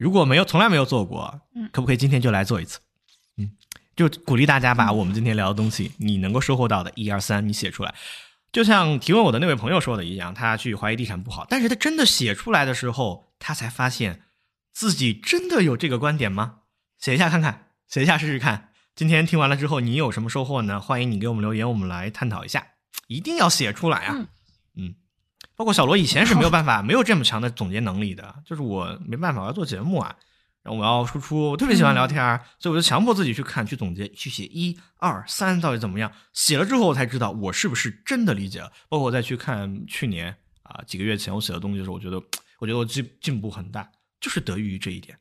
[SPEAKER 2] 如果没有从来没有做过，
[SPEAKER 1] 嗯，
[SPEAKER 2] 可不可以今天就来做一次？嗯，就鼓励大家把我们今天聊的东西，你能够收获到的一二三，你写出来。就像提问我的那位朋友说的一样，他去怀疑地产不好，但是他真的写出来的时候，他才发现自己真的有这个观点吗？写一下看看，写一下试试看。今天听完了之后，你有什么收获呢？欢迎你给我们留言，我们来探讨一下。一定要写出来啊！
[SPEAKER 1] 嗯，
[SPEAKER 2] 嗯，包括小罗以前是没有办法，没有这么强的总结能力的，就是我没办法，我要做节目啊，然后我要输出，我特别喜欢聊天，嗯、所以我就强迫自己去看、去总结、去写一二三到底怎么样。写了之后，我才知道我是不是真的理解了。包括我再去看去年啊、呃、几个月前我写的东西的时候，我觉得，我觉得我进进步很大，就是得益于这一点。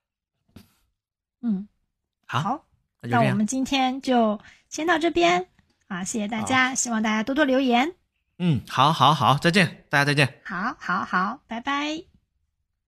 [SPEAKER 1] 嗯，
[SPEAKER 2] 好，
[SPEAKER 1] 好，
[SPEAKER 2] 那,
[SPEAKER 1] 那我们今天就先到这边啊，谢谢大家，希望大家多多留言。
[SPEAKER 2] 嗯，好，好，好，再见，大家再见。
[SPEAKER 1] 好，好，好，拜拜。